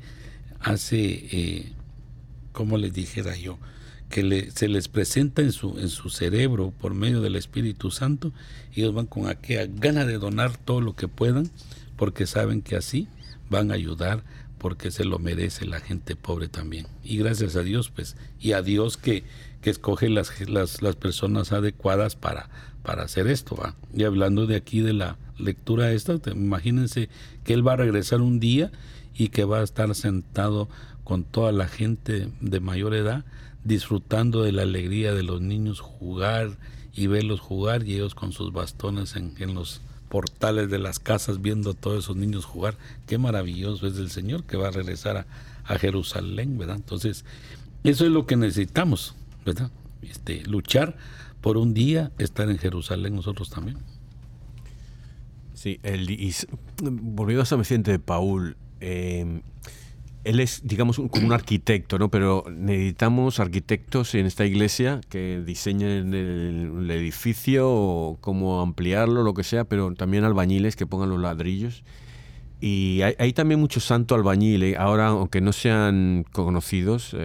como les dijera yo, que se les presenta en su cerebro por medio del Espíritu Santo, y ellos van con aquella gana de donar todo lo que puedan, porque saben que así van a ayudar, porque se lo merece la gente pobre también. Y gracias a Dios, pues, y a Dios que escoge las personas adecuadas para hacer esto, ¿va? Y hablando de aquí de la lectura esta, imagínense que Él va a regresar un día y que va a estar sentado con toda la gente de mayor edad, disfrutando de la alegría de los niños jugar y verlos jugar, y ellos con sus bastones en los portales de las casas viendo a todos esos niños jugar. Qué maravilloso es el Señor que va a regresar a Jerusalén, ¿verdad? Entonces, eso es lo que necesitamos, ¿verdad? Luchar por un día estar en Jerusalén nosotros también. Sí, volviendo a San Vicente de Paúl, él es, digamos, como un arquitecto, ¿no? Pero necesitamos arquitectos en esta iglesia que diseñen el edificio o cómo ampliarlo, lo que sea, pero también albañiles que pongan los ladrillos. Y hay también muchos santos albañiles, ahora, aunque no sean conocidos.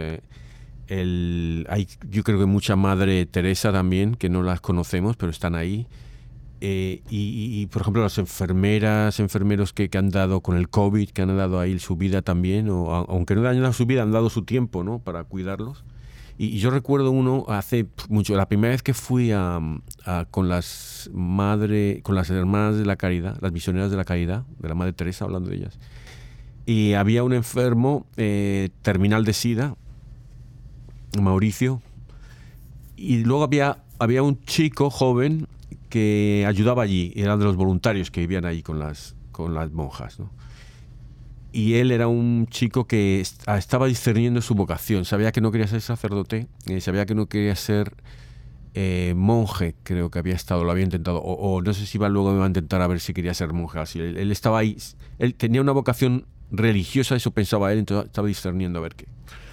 Yo creo que mucha Madre Teresa también, que no las conocemos, pero están ahí. Y por ejemplo, las enfermeros que han dado con el COVID, que han dado ahí su vida también, o aunque no han dado su vida, han dado su tiempo, ¿no?, para cuidarlos. Y yo recuerdo uno hace mucho, la primera vez que fui con las hermanas de la caridad, las misioneras de la caridad, de la Madre Teresa, hablando de ellas, y había un enfermo terminal de SIDA, Mauricio, y luego había un chico joven que ayudaba allí, era de los voluntarios que vivían allí con las monjas, ¿no? Y él era un chico que estaba discerniendo su vocación, sabía que no quería ser sacerdote, sabía que no quería ser monje, creo que lo había intentado, o no sé si luego iba a intentar a ver si quería ser monje. Así, él estaba ahí, él tenía una vocación religiosa, eso pensaba él, entonces estaba discerniendo a ver qué.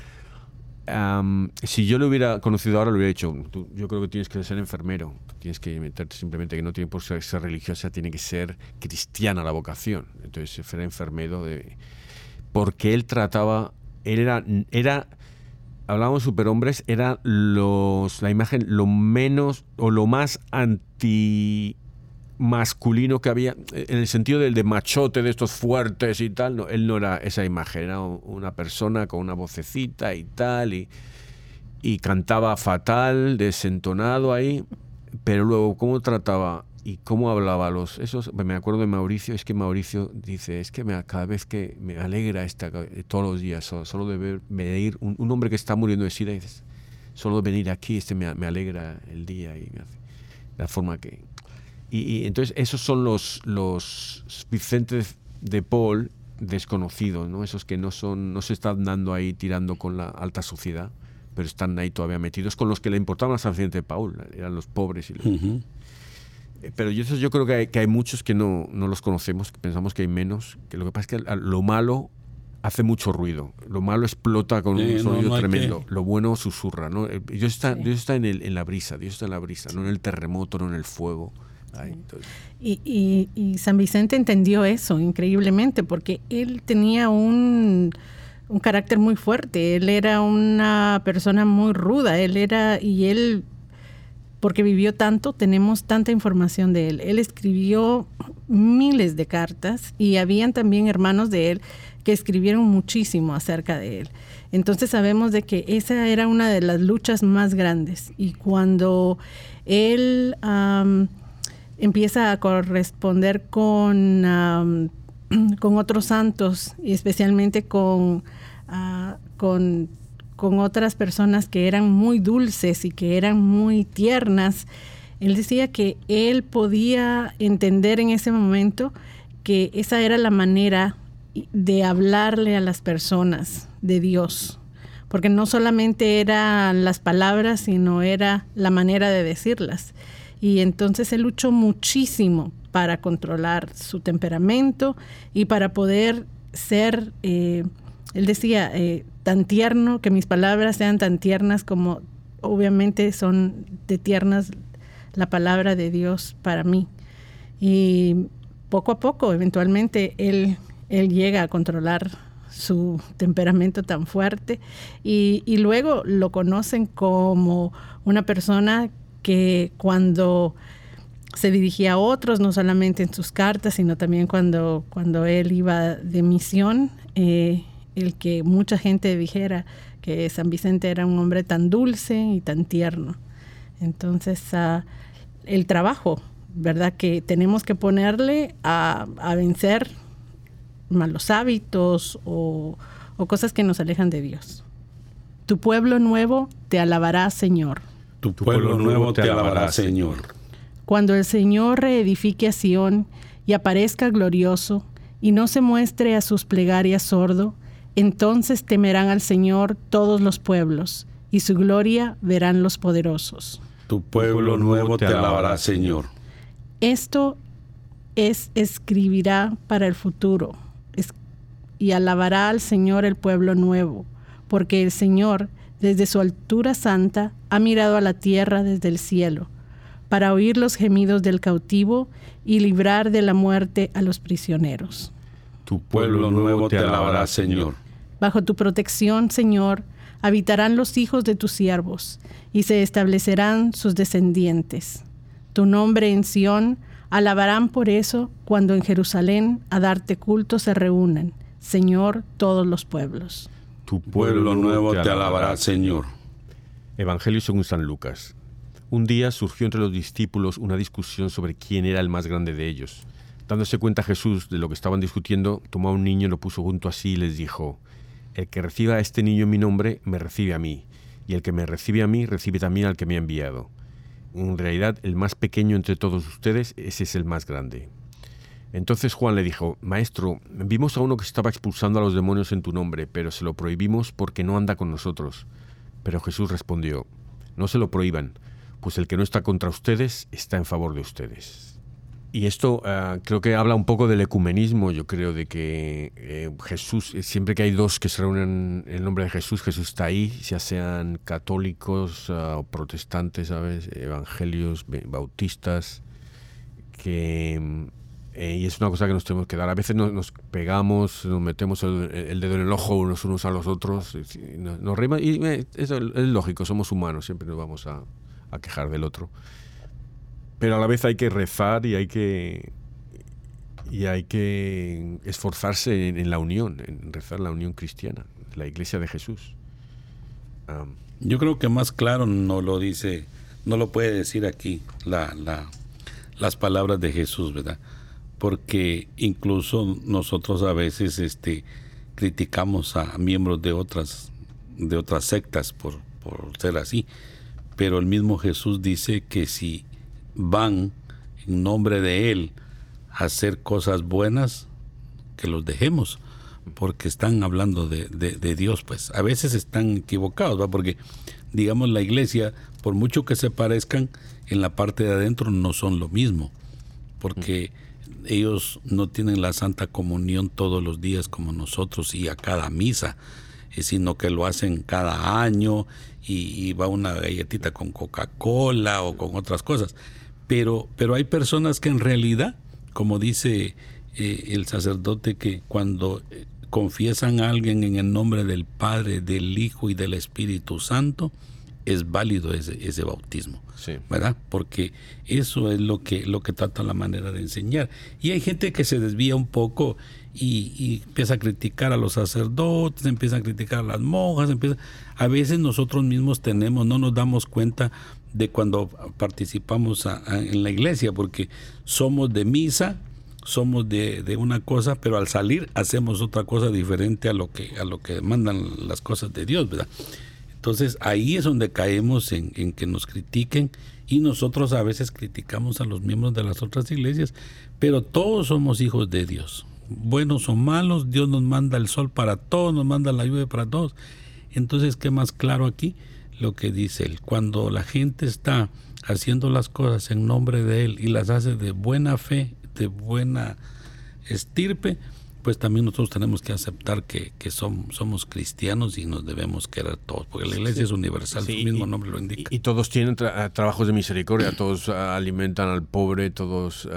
Si yo lo hubiera conocido ahora, lo hubiera dicho, yo creo que tienes que ser enfermero, tienes que meterte, simplemente que no tiene por ser religiosa, tiene que ser cristiana la vocación. Entonces era enfermero porque él era hablábamos de superhombres, era la imagen lo menos o lo más antimasculino que había, en el sentido de machote, de estos fuertes y tal. No, él no era esa imagen, era una persona con una vocecita y tal, y cantaba fatal, desentonado ahí, pero luego cómo trataba y cómo hablaba me acuerdo de Mauricio. Es que Mauricio dice, es que cada vez que me alegra todos los días, solo de venir un hombre que está muriendo de SIDA, dices, solo de venir aquí me alegra el día, y me hace la forma que... Y entonces esos son los Vicentes de Paul desconocidos, ¿no? Esos que no se están dando ahí tirando con la alta sociedad, pero están ahí todavía metidos, con los que le importaban a San Vicente de Paul, eran los pobres. Uh-huh. Pero yo creo que hay muchos que no los conocemos, que pensamos que hay menos, que lo que pasa es que lo malo hace mucho ruido, lo malo explota con un sonido tremendo, lo bueno susurra, ¿no? Dios está en la brisa, Dios está en la brisa, no en el terremoto, no en el fuego. Y San Vicente entendió eso increíblemente, porque él tenía un carácter muy fuerte, él era una persona muy ruda, porque vivió tanto, tenemos tanta información de él. Él escribió miles de cartas, y habían también hermanos de él que escribieron muchísimo acerca de él. Entonces sabemos de que esa era una de las luchas más grandes, y cuando él empieza a corresponder con otros santos, y especialmente con otras personas que eran muy dulces y que eran muy tiernas, él decía que él podía entender en ese momento que esa era la manera de hablarle a las personas de Dios, porque no solamente eran las palabras, sino era la manera de decirlas. Y entonces él luchó muchísimo para controlar su temperamento y para poder ser, él decía, tan tierno, que mis palabras sean tan tiernas como obviamente son de tiernas la palabra de Dios para mí. Y poco a poco, eventualmente, él llega a controlar su temperamento tan fuerte, y luego lo conocen como una persona que cuando se dirigía a otros, no solamente en sus cartas, sino también cuando él iba de misión, el que mucha gente dijera que San Vicente era un hombre tan dulce y tan tierno. Entonces, el trabajo, ¿verdad?, que tenemos que ponerle a vencer malos hábitos o cosas que nos alejan de Dios. Tu pueblo nuevo te alabará, Señor. Tu pueblo nuevo te alabará, Señor. Cuando el Señor reedifique a Sión y aparezca glorioso, y no se muestre a sus plegarias sordo, entonces temerán al Señor todos los pueblos, y su gloria verán los poderosos. Tu pueblo nuevo te alabará, Señor. Esto escribirá para el futuro, y alabará al Señor el pueblo nuevo, porque el Señor, desde su altura santa, ha mirado a la tierra desde el cielo, para oír los gemidos del cautivo y librar de la muerte a los prisioneros. Tu pueblo nuevo te alabará, Señor. Bajo tu protección, Señor, habitarán los hijos de tus siervos, y se establecerán sus descendientes. Tu nombre en Sión alabarán por eso cuando en Jerusalén a darte culto se reúnan, Señor, todos los pueblos. Tu pueblo nuevo te alabará, Señor. Evangelio según San Lucas. Un día surgió entre los discípulos una discusión sobre quién era el más grande de ellos. Dándose cuenta Jesús de lo que estaban discutiendo, tomó a un niño, lo puso junto a sí y les dijo: el que reciba a este niño en mi nombre, me recibe a mí, y el que me recibe a mí, recibe también al que me ha enviado. En realidad, el más pequeño entre todos ustedes, ese es el más grande. Entonces Juan le dijo: Maestro, vimos a uno que estaba expulsando a los demonios en tu nombre, pero se lo prohibimos porque no anda con nosotros. Pero Jesús respondió: no se lo prohíban, pues el que no está contra ustedes está en favor de ustedes. Y esto creo que habla un poco del ecumenismo. Yo creo de que Jesús, siempre que hay dos que se reúnen en el nombre de Jesús, Jesús está ahí, ya sean católicos o protestantes, ¿sabes?, evangelios, bautistas, y es una cosa que nos tenemos que dar. A veces nos pegamos, nos metemos el dedo en el ojo unos a los otros, nos reímos, y eso es lógico, somos humanos, siempre nos vamos a quejar del otro. Pero a la vez hay que rezar y hay que esforzarse en la unión, en rezar la unión cristiana, la Iglesia de Jesús. Yo creo que más claro no lo puede decir aquí las palabras de Jesús, ¿verdad? Porque incluso nosotros a veces criticamos a miembros de otras sectas por ser así, pero el mismo Jesús dice que si van en nombre de Él a hacer cosas buenas, que los dejemos, porque están hablando de Dios. Pues a veces están equivocados, ¿va? Porque digamos la iglesia, por mucho que se parezcan, en la parte de adentro no son lo mismo, porque ellos no tienen la Santa Comunión todos los días como nosotros y a cada misa, sino que lo hacen cada año y va una galletita con Coca-Cola o con otras cosas. Pero hay personas que en realidad, como dice el sacerdote, que cuando confiesan a alguien en el nombre del Padre, del Hijo y del Espíritu Santo, es válido ese bautismo, sí, ¿verdad? Porque eso es lo que trata la manera de enseñar. Y hay gente que se desvía un poco y empieza a criticar a los sacerdotes, empieza a criticar a las monjas, a veces nosotros mismos no nos damos cuenta de cuando participamos en la iglesia, porque somos de misa, somos de una cosa, pero al salir hacemos otra cosa diferente a lo que mandan las cosas de Dios, ¿verdad? Entonces ahí es donde caemos en que nos critiquen, y nosotros a veces criticamos a los miembros de las otras iglesias, pero todos somos hijos de Dios, buenos o malos. Dios nos manda el sol para todos, nos manda la lluvia para todos. Entonces, ¿qué más claro aquí? Lo que dice él: cuando la gente está haciendo las cosas en nombre de él y las hace de buena fe, de buena estirpe, pues también nosotros tenemos que aceptar que somos cristianos y nos debemos querer todos, porque la iglesia es universal, su mismo nombre lo indica. Y todos tienen trabajos de misericordia, todos alimentan al pobre, todos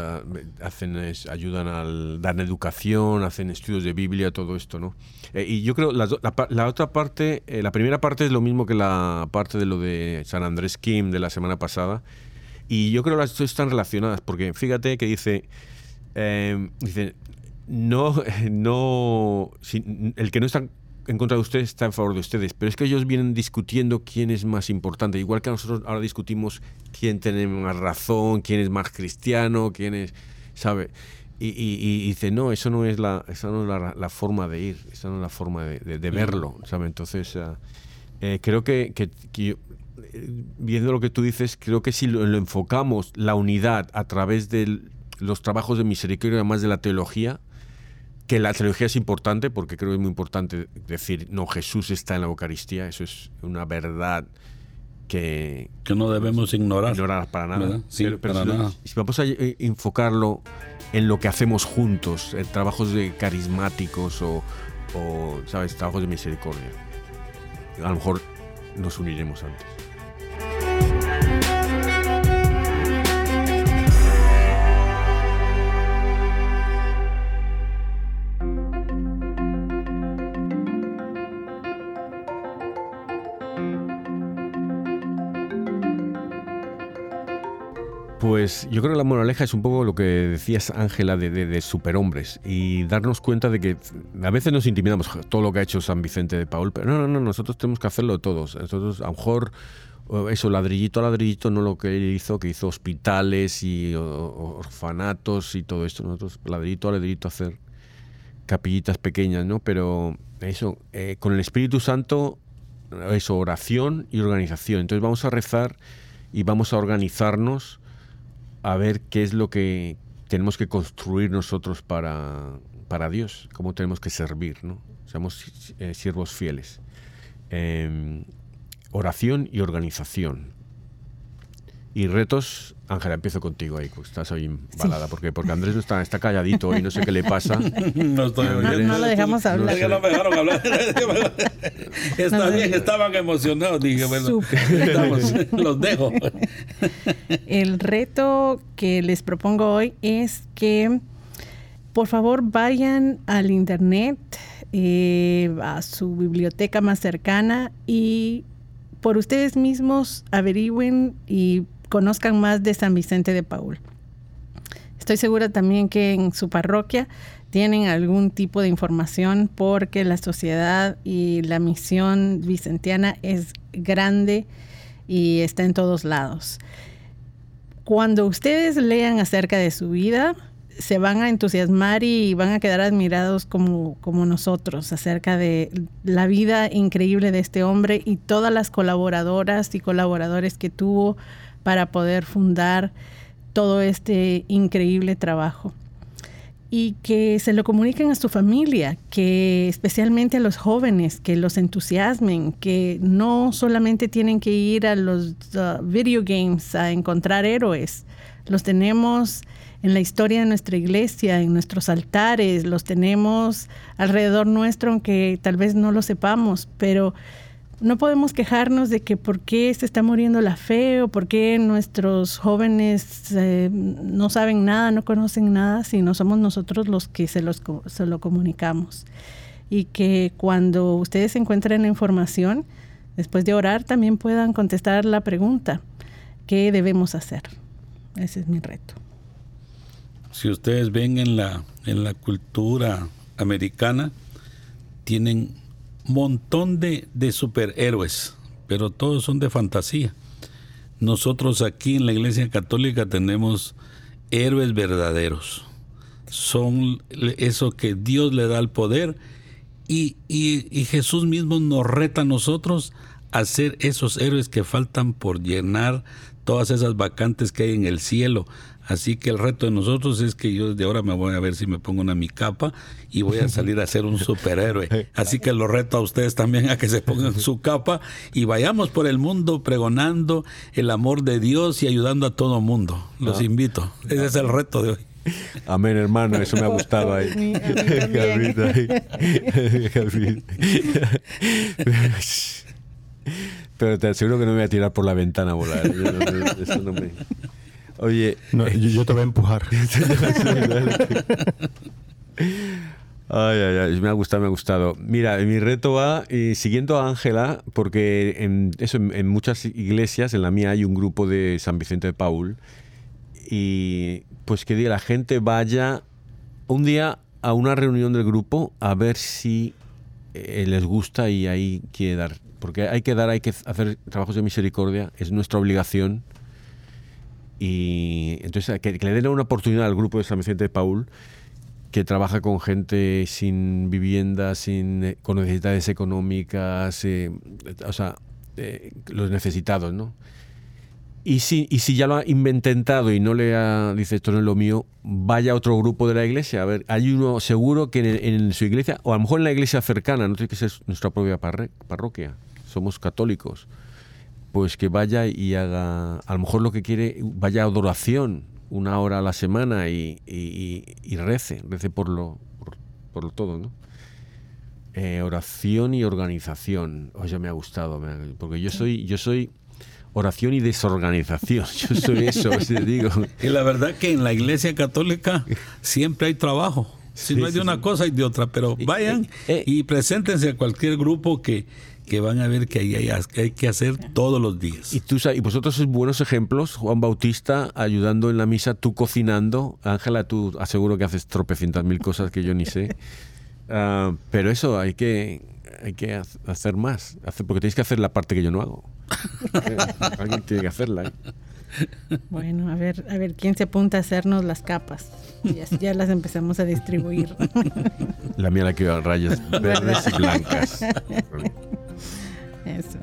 ayudan dan educación, hacen estudios de Biblia, todo esto, ¿no? Y yo creo la otra parte, la primera parte es lo mismo que la parte de lo de San Andrés Kim de la semana pasada, y yo creo que las dos están relacionadas, porque fíjate que dice el que no está en contra de ustedes, está en favor de ustedes, pero es que ellos vienen discutiendo quién es más importante, igual que nosotros ahora discutimos quién tiene más razón, quién es más cristiano, quién es, ¿sabe? Y dice, no, eso no es la forma de ir, esa no es la forma de verlo, ¿sabe? Entonces, creo que viendo lo que tú dices, creo que si lo enfocamos la unidad a través de los trabajos de misericordia, además de la teología, que la teología es importante, porque creo que es muy importante decir, no, Jesús está en la Eucaristía, eso es una verdad que no debemos ignorar para nada. Sí, pero para nada. Si vamos a enfocarlo en lo que hacemos juntos, en trabajos carismáticos o ¿sabes?, trabajos de misericordia, a lo mejor nos uniremos antes. Pues yo creo que la moraleja es un poco lo que decías, Ángela, de superhombres, y darnos cuenta de que a veces nos intimidamos todo lo que ha hecho San Vicente de Paúl, pero no, nosotros tenemos que hacerlo todos. Nosotros, a lo mejor, eso, ladrillito a ladrillito, no lo que él hizo, que hizo hospitales y orfanatos y todo esto. Nosotros, ladrillito a ladrillito, hacer capillitas pequeñas, ¿no? Pero eso, con el Espíritu Santo, eso, oración y organización. Entonces vamos a rezar y vamos a organizarnos a ver qué es lo que tenemos que construir nosotros para Dios, cómo tenemos que servir, ¿no? Seamos siervos fieles. Oración y organización. Y retos, Ángela, empiezo contigo ahí, pues estás hoy embalada, sí. porque Andrés no está calladito y no sé qué le pasa. No lo dejamos hablar. No lo dejaron hablar. Está bien, estaban emocionados. Dije, bueno, los dejo. El reto que les propongo hoy es que, por favor, vayan al internet, a su biblioteca más cercana y por ustedes mismos averigüen y conozcan más de San Vicente de Paúl. Estoy segura también que en su parroquia tienen algún tipo de información, porque la sociedad y la misión vicentiana es grande y está en todos lados. Cuando ustedes lean acerca de su vida, se van a entusiasmar y van a quedar admirados como nosotros acerca de la vida increíble de este hombre y todas las colaboradoras y colaboradores que tuvo para poder fundar todo este increíble trabajo. Y que se lo comuniquen a su familia, que especialmente a los jóvenes, que los entusiasmen, que no solamente tienen que ir a los video games a encontrar héroes. Los tenemos en la historia de nuestra iglesia, en nuestros altares, los tenemos alrededor nuestro, aunque tal vez no lo sepamos, pero no podemos quejarnos de que por qué se está muriendo la fe o por qué nuestros jóvenes no saben nada, no conocen nada, si no somos nosotros los que se lo comunicamos. Y que cuando ustedes encuentren la información, después de orar, también puedan contestar la pregunta, ¿qué debemos hacer? Ese es mi reto. Si ustedes ven en la cultura americana, tienen montón de superhéroes, pero todos son de fantasía. Nosotros aquí en la Iglesia Católica tenemos héroes verdaderos. Son eso que Dios le da el poder y Jesús mismo nos reta a nosotros a ser esos héroes que faltan por llenar todas esas vacantes que hay en el cielo. Así que el reto de nosotros es que yo desde ahora me voy a ver si me pongo mi capa y voy a salir a ser un superhéroe. Así que los reto a ustedes también a que se pongan su capa y vayamos por el mundo pregonando el amor de Dios y ayudando a todo mundo. Los invito. Ese es el reto de hoy. Amén, hermano, eso me ha gustado ahí. Pero te aseguro que no me voy a tirar por la ventana a volar. Eso no me... Oye, no, yo te voy a empujar. Ay, me ha gustado. Mira, mi reto va siguiendo a Ángela, porque en muchas iglesias, en la mía hay un grupo de San Vicente de Paúl, y pues que la gente vaya un día a una reunión del grupo a ver si les gusta y ahí quiere dar. Porque hay que hacer trabajos de misericordia, es nuestra obligación. Y entonces que le den una oportunidad al grupo de San Vicente de Paúl, que trabaja con gente sin vivienda, con necesidades económicas, los necesitados, ¿no? Y si ya lo ha intentado y dice esto no es lo mío, vaya a otro grupo de la iglesia. A ver, hay uno seguro que en su iglesia, o a lo mejor en la iglesia cercana, no tiene que ser nuestra propia parroquia, somos católicos, pues que vaya y haga, a lo mejor lo que quiere, vaya a adoración 1 hora a la semana y rece por todo, ¿no? Oración y organización. Oye, me ha gustado, porque yo soy oración y desorganización. Yo soy eso, digo. Y la verdad que en la Iglesia Católica siempre hay trabajo. Si no hay de una cosa, hay de otra. Pero vayan y preséntense a cualquier grupo que van a ver que hay que hacer todos los días. Y vosotros sois buenos ejemplos. Juan Bautista ayudando en la misa, tú cocinando. Ángela, tú aseguro que haces tropecientas mil cosas que yo ni sé. Pero eso hay que hacer más. Porque tenéis que hacer la parte que yo no hago. Alguien tiene que hacerla, ¿eh? Bueno, a ver quién se apunta a hacernos las capas. Y así ya las empezamos a distribuir. La mía la quiero a rayas verdes y blancas. Eso.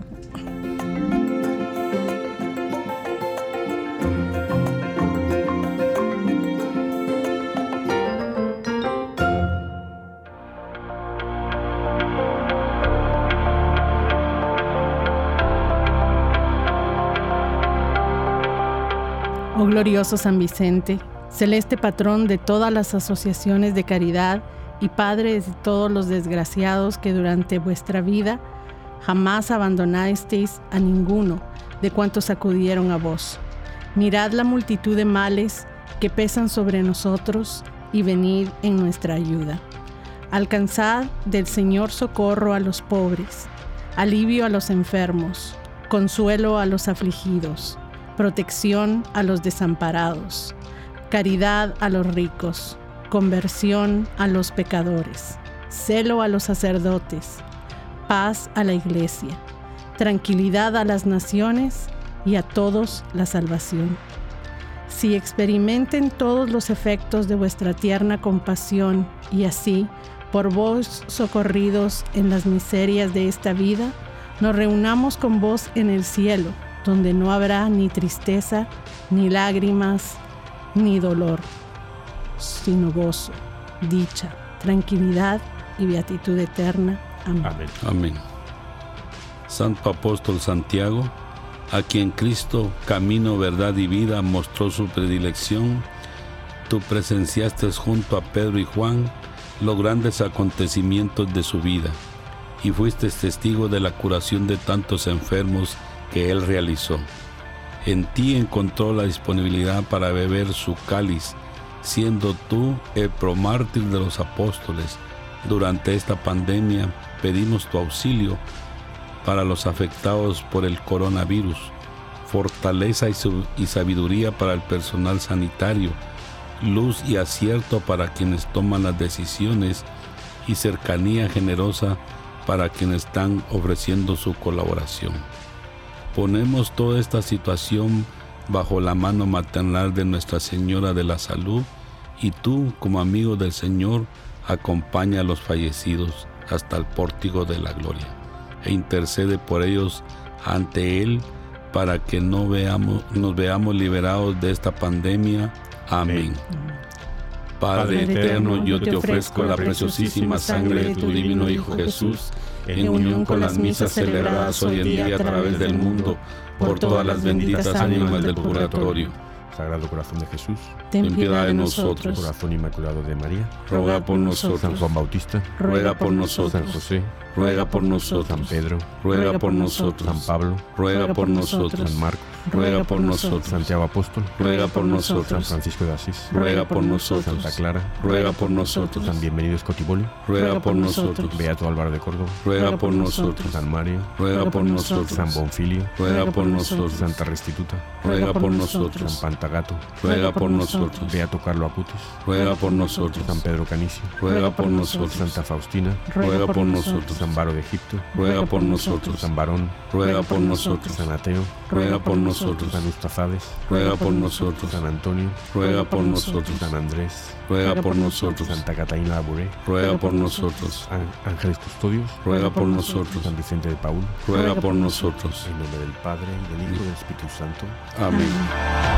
Oh glorioso San Vicente, celeste patrón de todas las asociaciones de caridad y padre de todos los desgraciados que durante vuestra vida jamás abandonasteis a ninguno de cuantos acudieron a vos. Mirad la multitud de males que pesan sobre nosotros y venid en nuestra ayuda. Alcanzad del Señor socorro a los pobres, alivio a los enfermos, consuelo a los afligidos, protección a los desamparados, caridad a los ricos, conversión a los pecadores, celo a los sacerdotes, paz a la iglesia, tranquilidad a las naciones y a todos la salvación. Si experimenten todos los efectos de vuestra tierna compasión y así, por vos socorridos en las miserias de esta vida, nos reunamos con vos en el cielo, donde no habrá ni tristeza, ni lágrimas, ni dolor, sino gozo, dicha, tranquilidad y beatitud eterna. Amén. Amén. Amén. Santo Apóstol Santiago, a quien Cristo, camino, verdad y vida, mostró su predilección, tú presenciaste junto a Pedro y Juan los grandes acontecimientos de su vida y fuiste testigo de la curación de tantos enfermos que él realizó. En ti encontró la disponibilidad para beber su cáliz, siendo tú el promártir de los apóstoles. Durante esta pandemia pedimos tu auxilio para los afectados por el coronavirus, fortaleza y sabiduría para el personal sanitario, luz y acierto para quienes toman las decisiones y cercanía generosa para quienes están ofreciendo su colaboración. Ponemos toda esta situación bajo la mano maternal de Nuestra Señora de la Salud y tú, como amigo del Señor, acompaña a los fallecidos hasta el pórtico de la gloria e intercede por ellos ante Él para que nos veamos liberados de esta pandemia. Amén. Padre eterno, yo te ofrezco la preciosísima sangre de tu divino Hijo Jesús, en unión con las misas celebradas hoy en día a través del mundo, por todas las benditas ánimas del purgatorio. Sagrado Corazón de Jesús, Ten piedad de nosotros. Corazón Inmaculado de María, Ruega por nosotros. San Juan Bautista, Ruega por nosotros. San José, Ruega por nosotros. San Pedro, Ruega por nosotros. San Pablo, Ruega por nosotros. San Marcos, Ruega por nosotros. Santiago Apóstol, Ruega por San nosotros. Francisco de Asís, Ruega por nosotros. Santa Clara, Ruega por nosotros. San Bienvenido Scotiboli, Ruega por nosotros. Beato Álvaro de Córdoba, Ruega por nosotros. San Mario, Ruega por nosotros. San Bonfilio, Ruega por nosotros. Santa Restituta, Ruega por San nosotros. Pantagato, Ruega por nosotros. Beato Carlo Acutis, Ruega por nosotros. San Pedro Canicio, Ruega por nosotros. Santa Faustina, Ruega por nosotros. San San Baro de Egipto, ruega por nosotros. San Barón, Ruega por nosotros. San Ateo, Ruega por nosotros. San Ustazades, Ruega por nosotros. San Antonio, Ruega por nosotros. San Andrés, Ruega por nosotros. Santa Catalina Labouré, Ruega por nosotros. Ángeles Custodios, Ruega por nosotros. San Vicente de Paúl, Ruega por nosotros. en nombre del Padre, y del Hijo y del Espíritu Santo. Amén.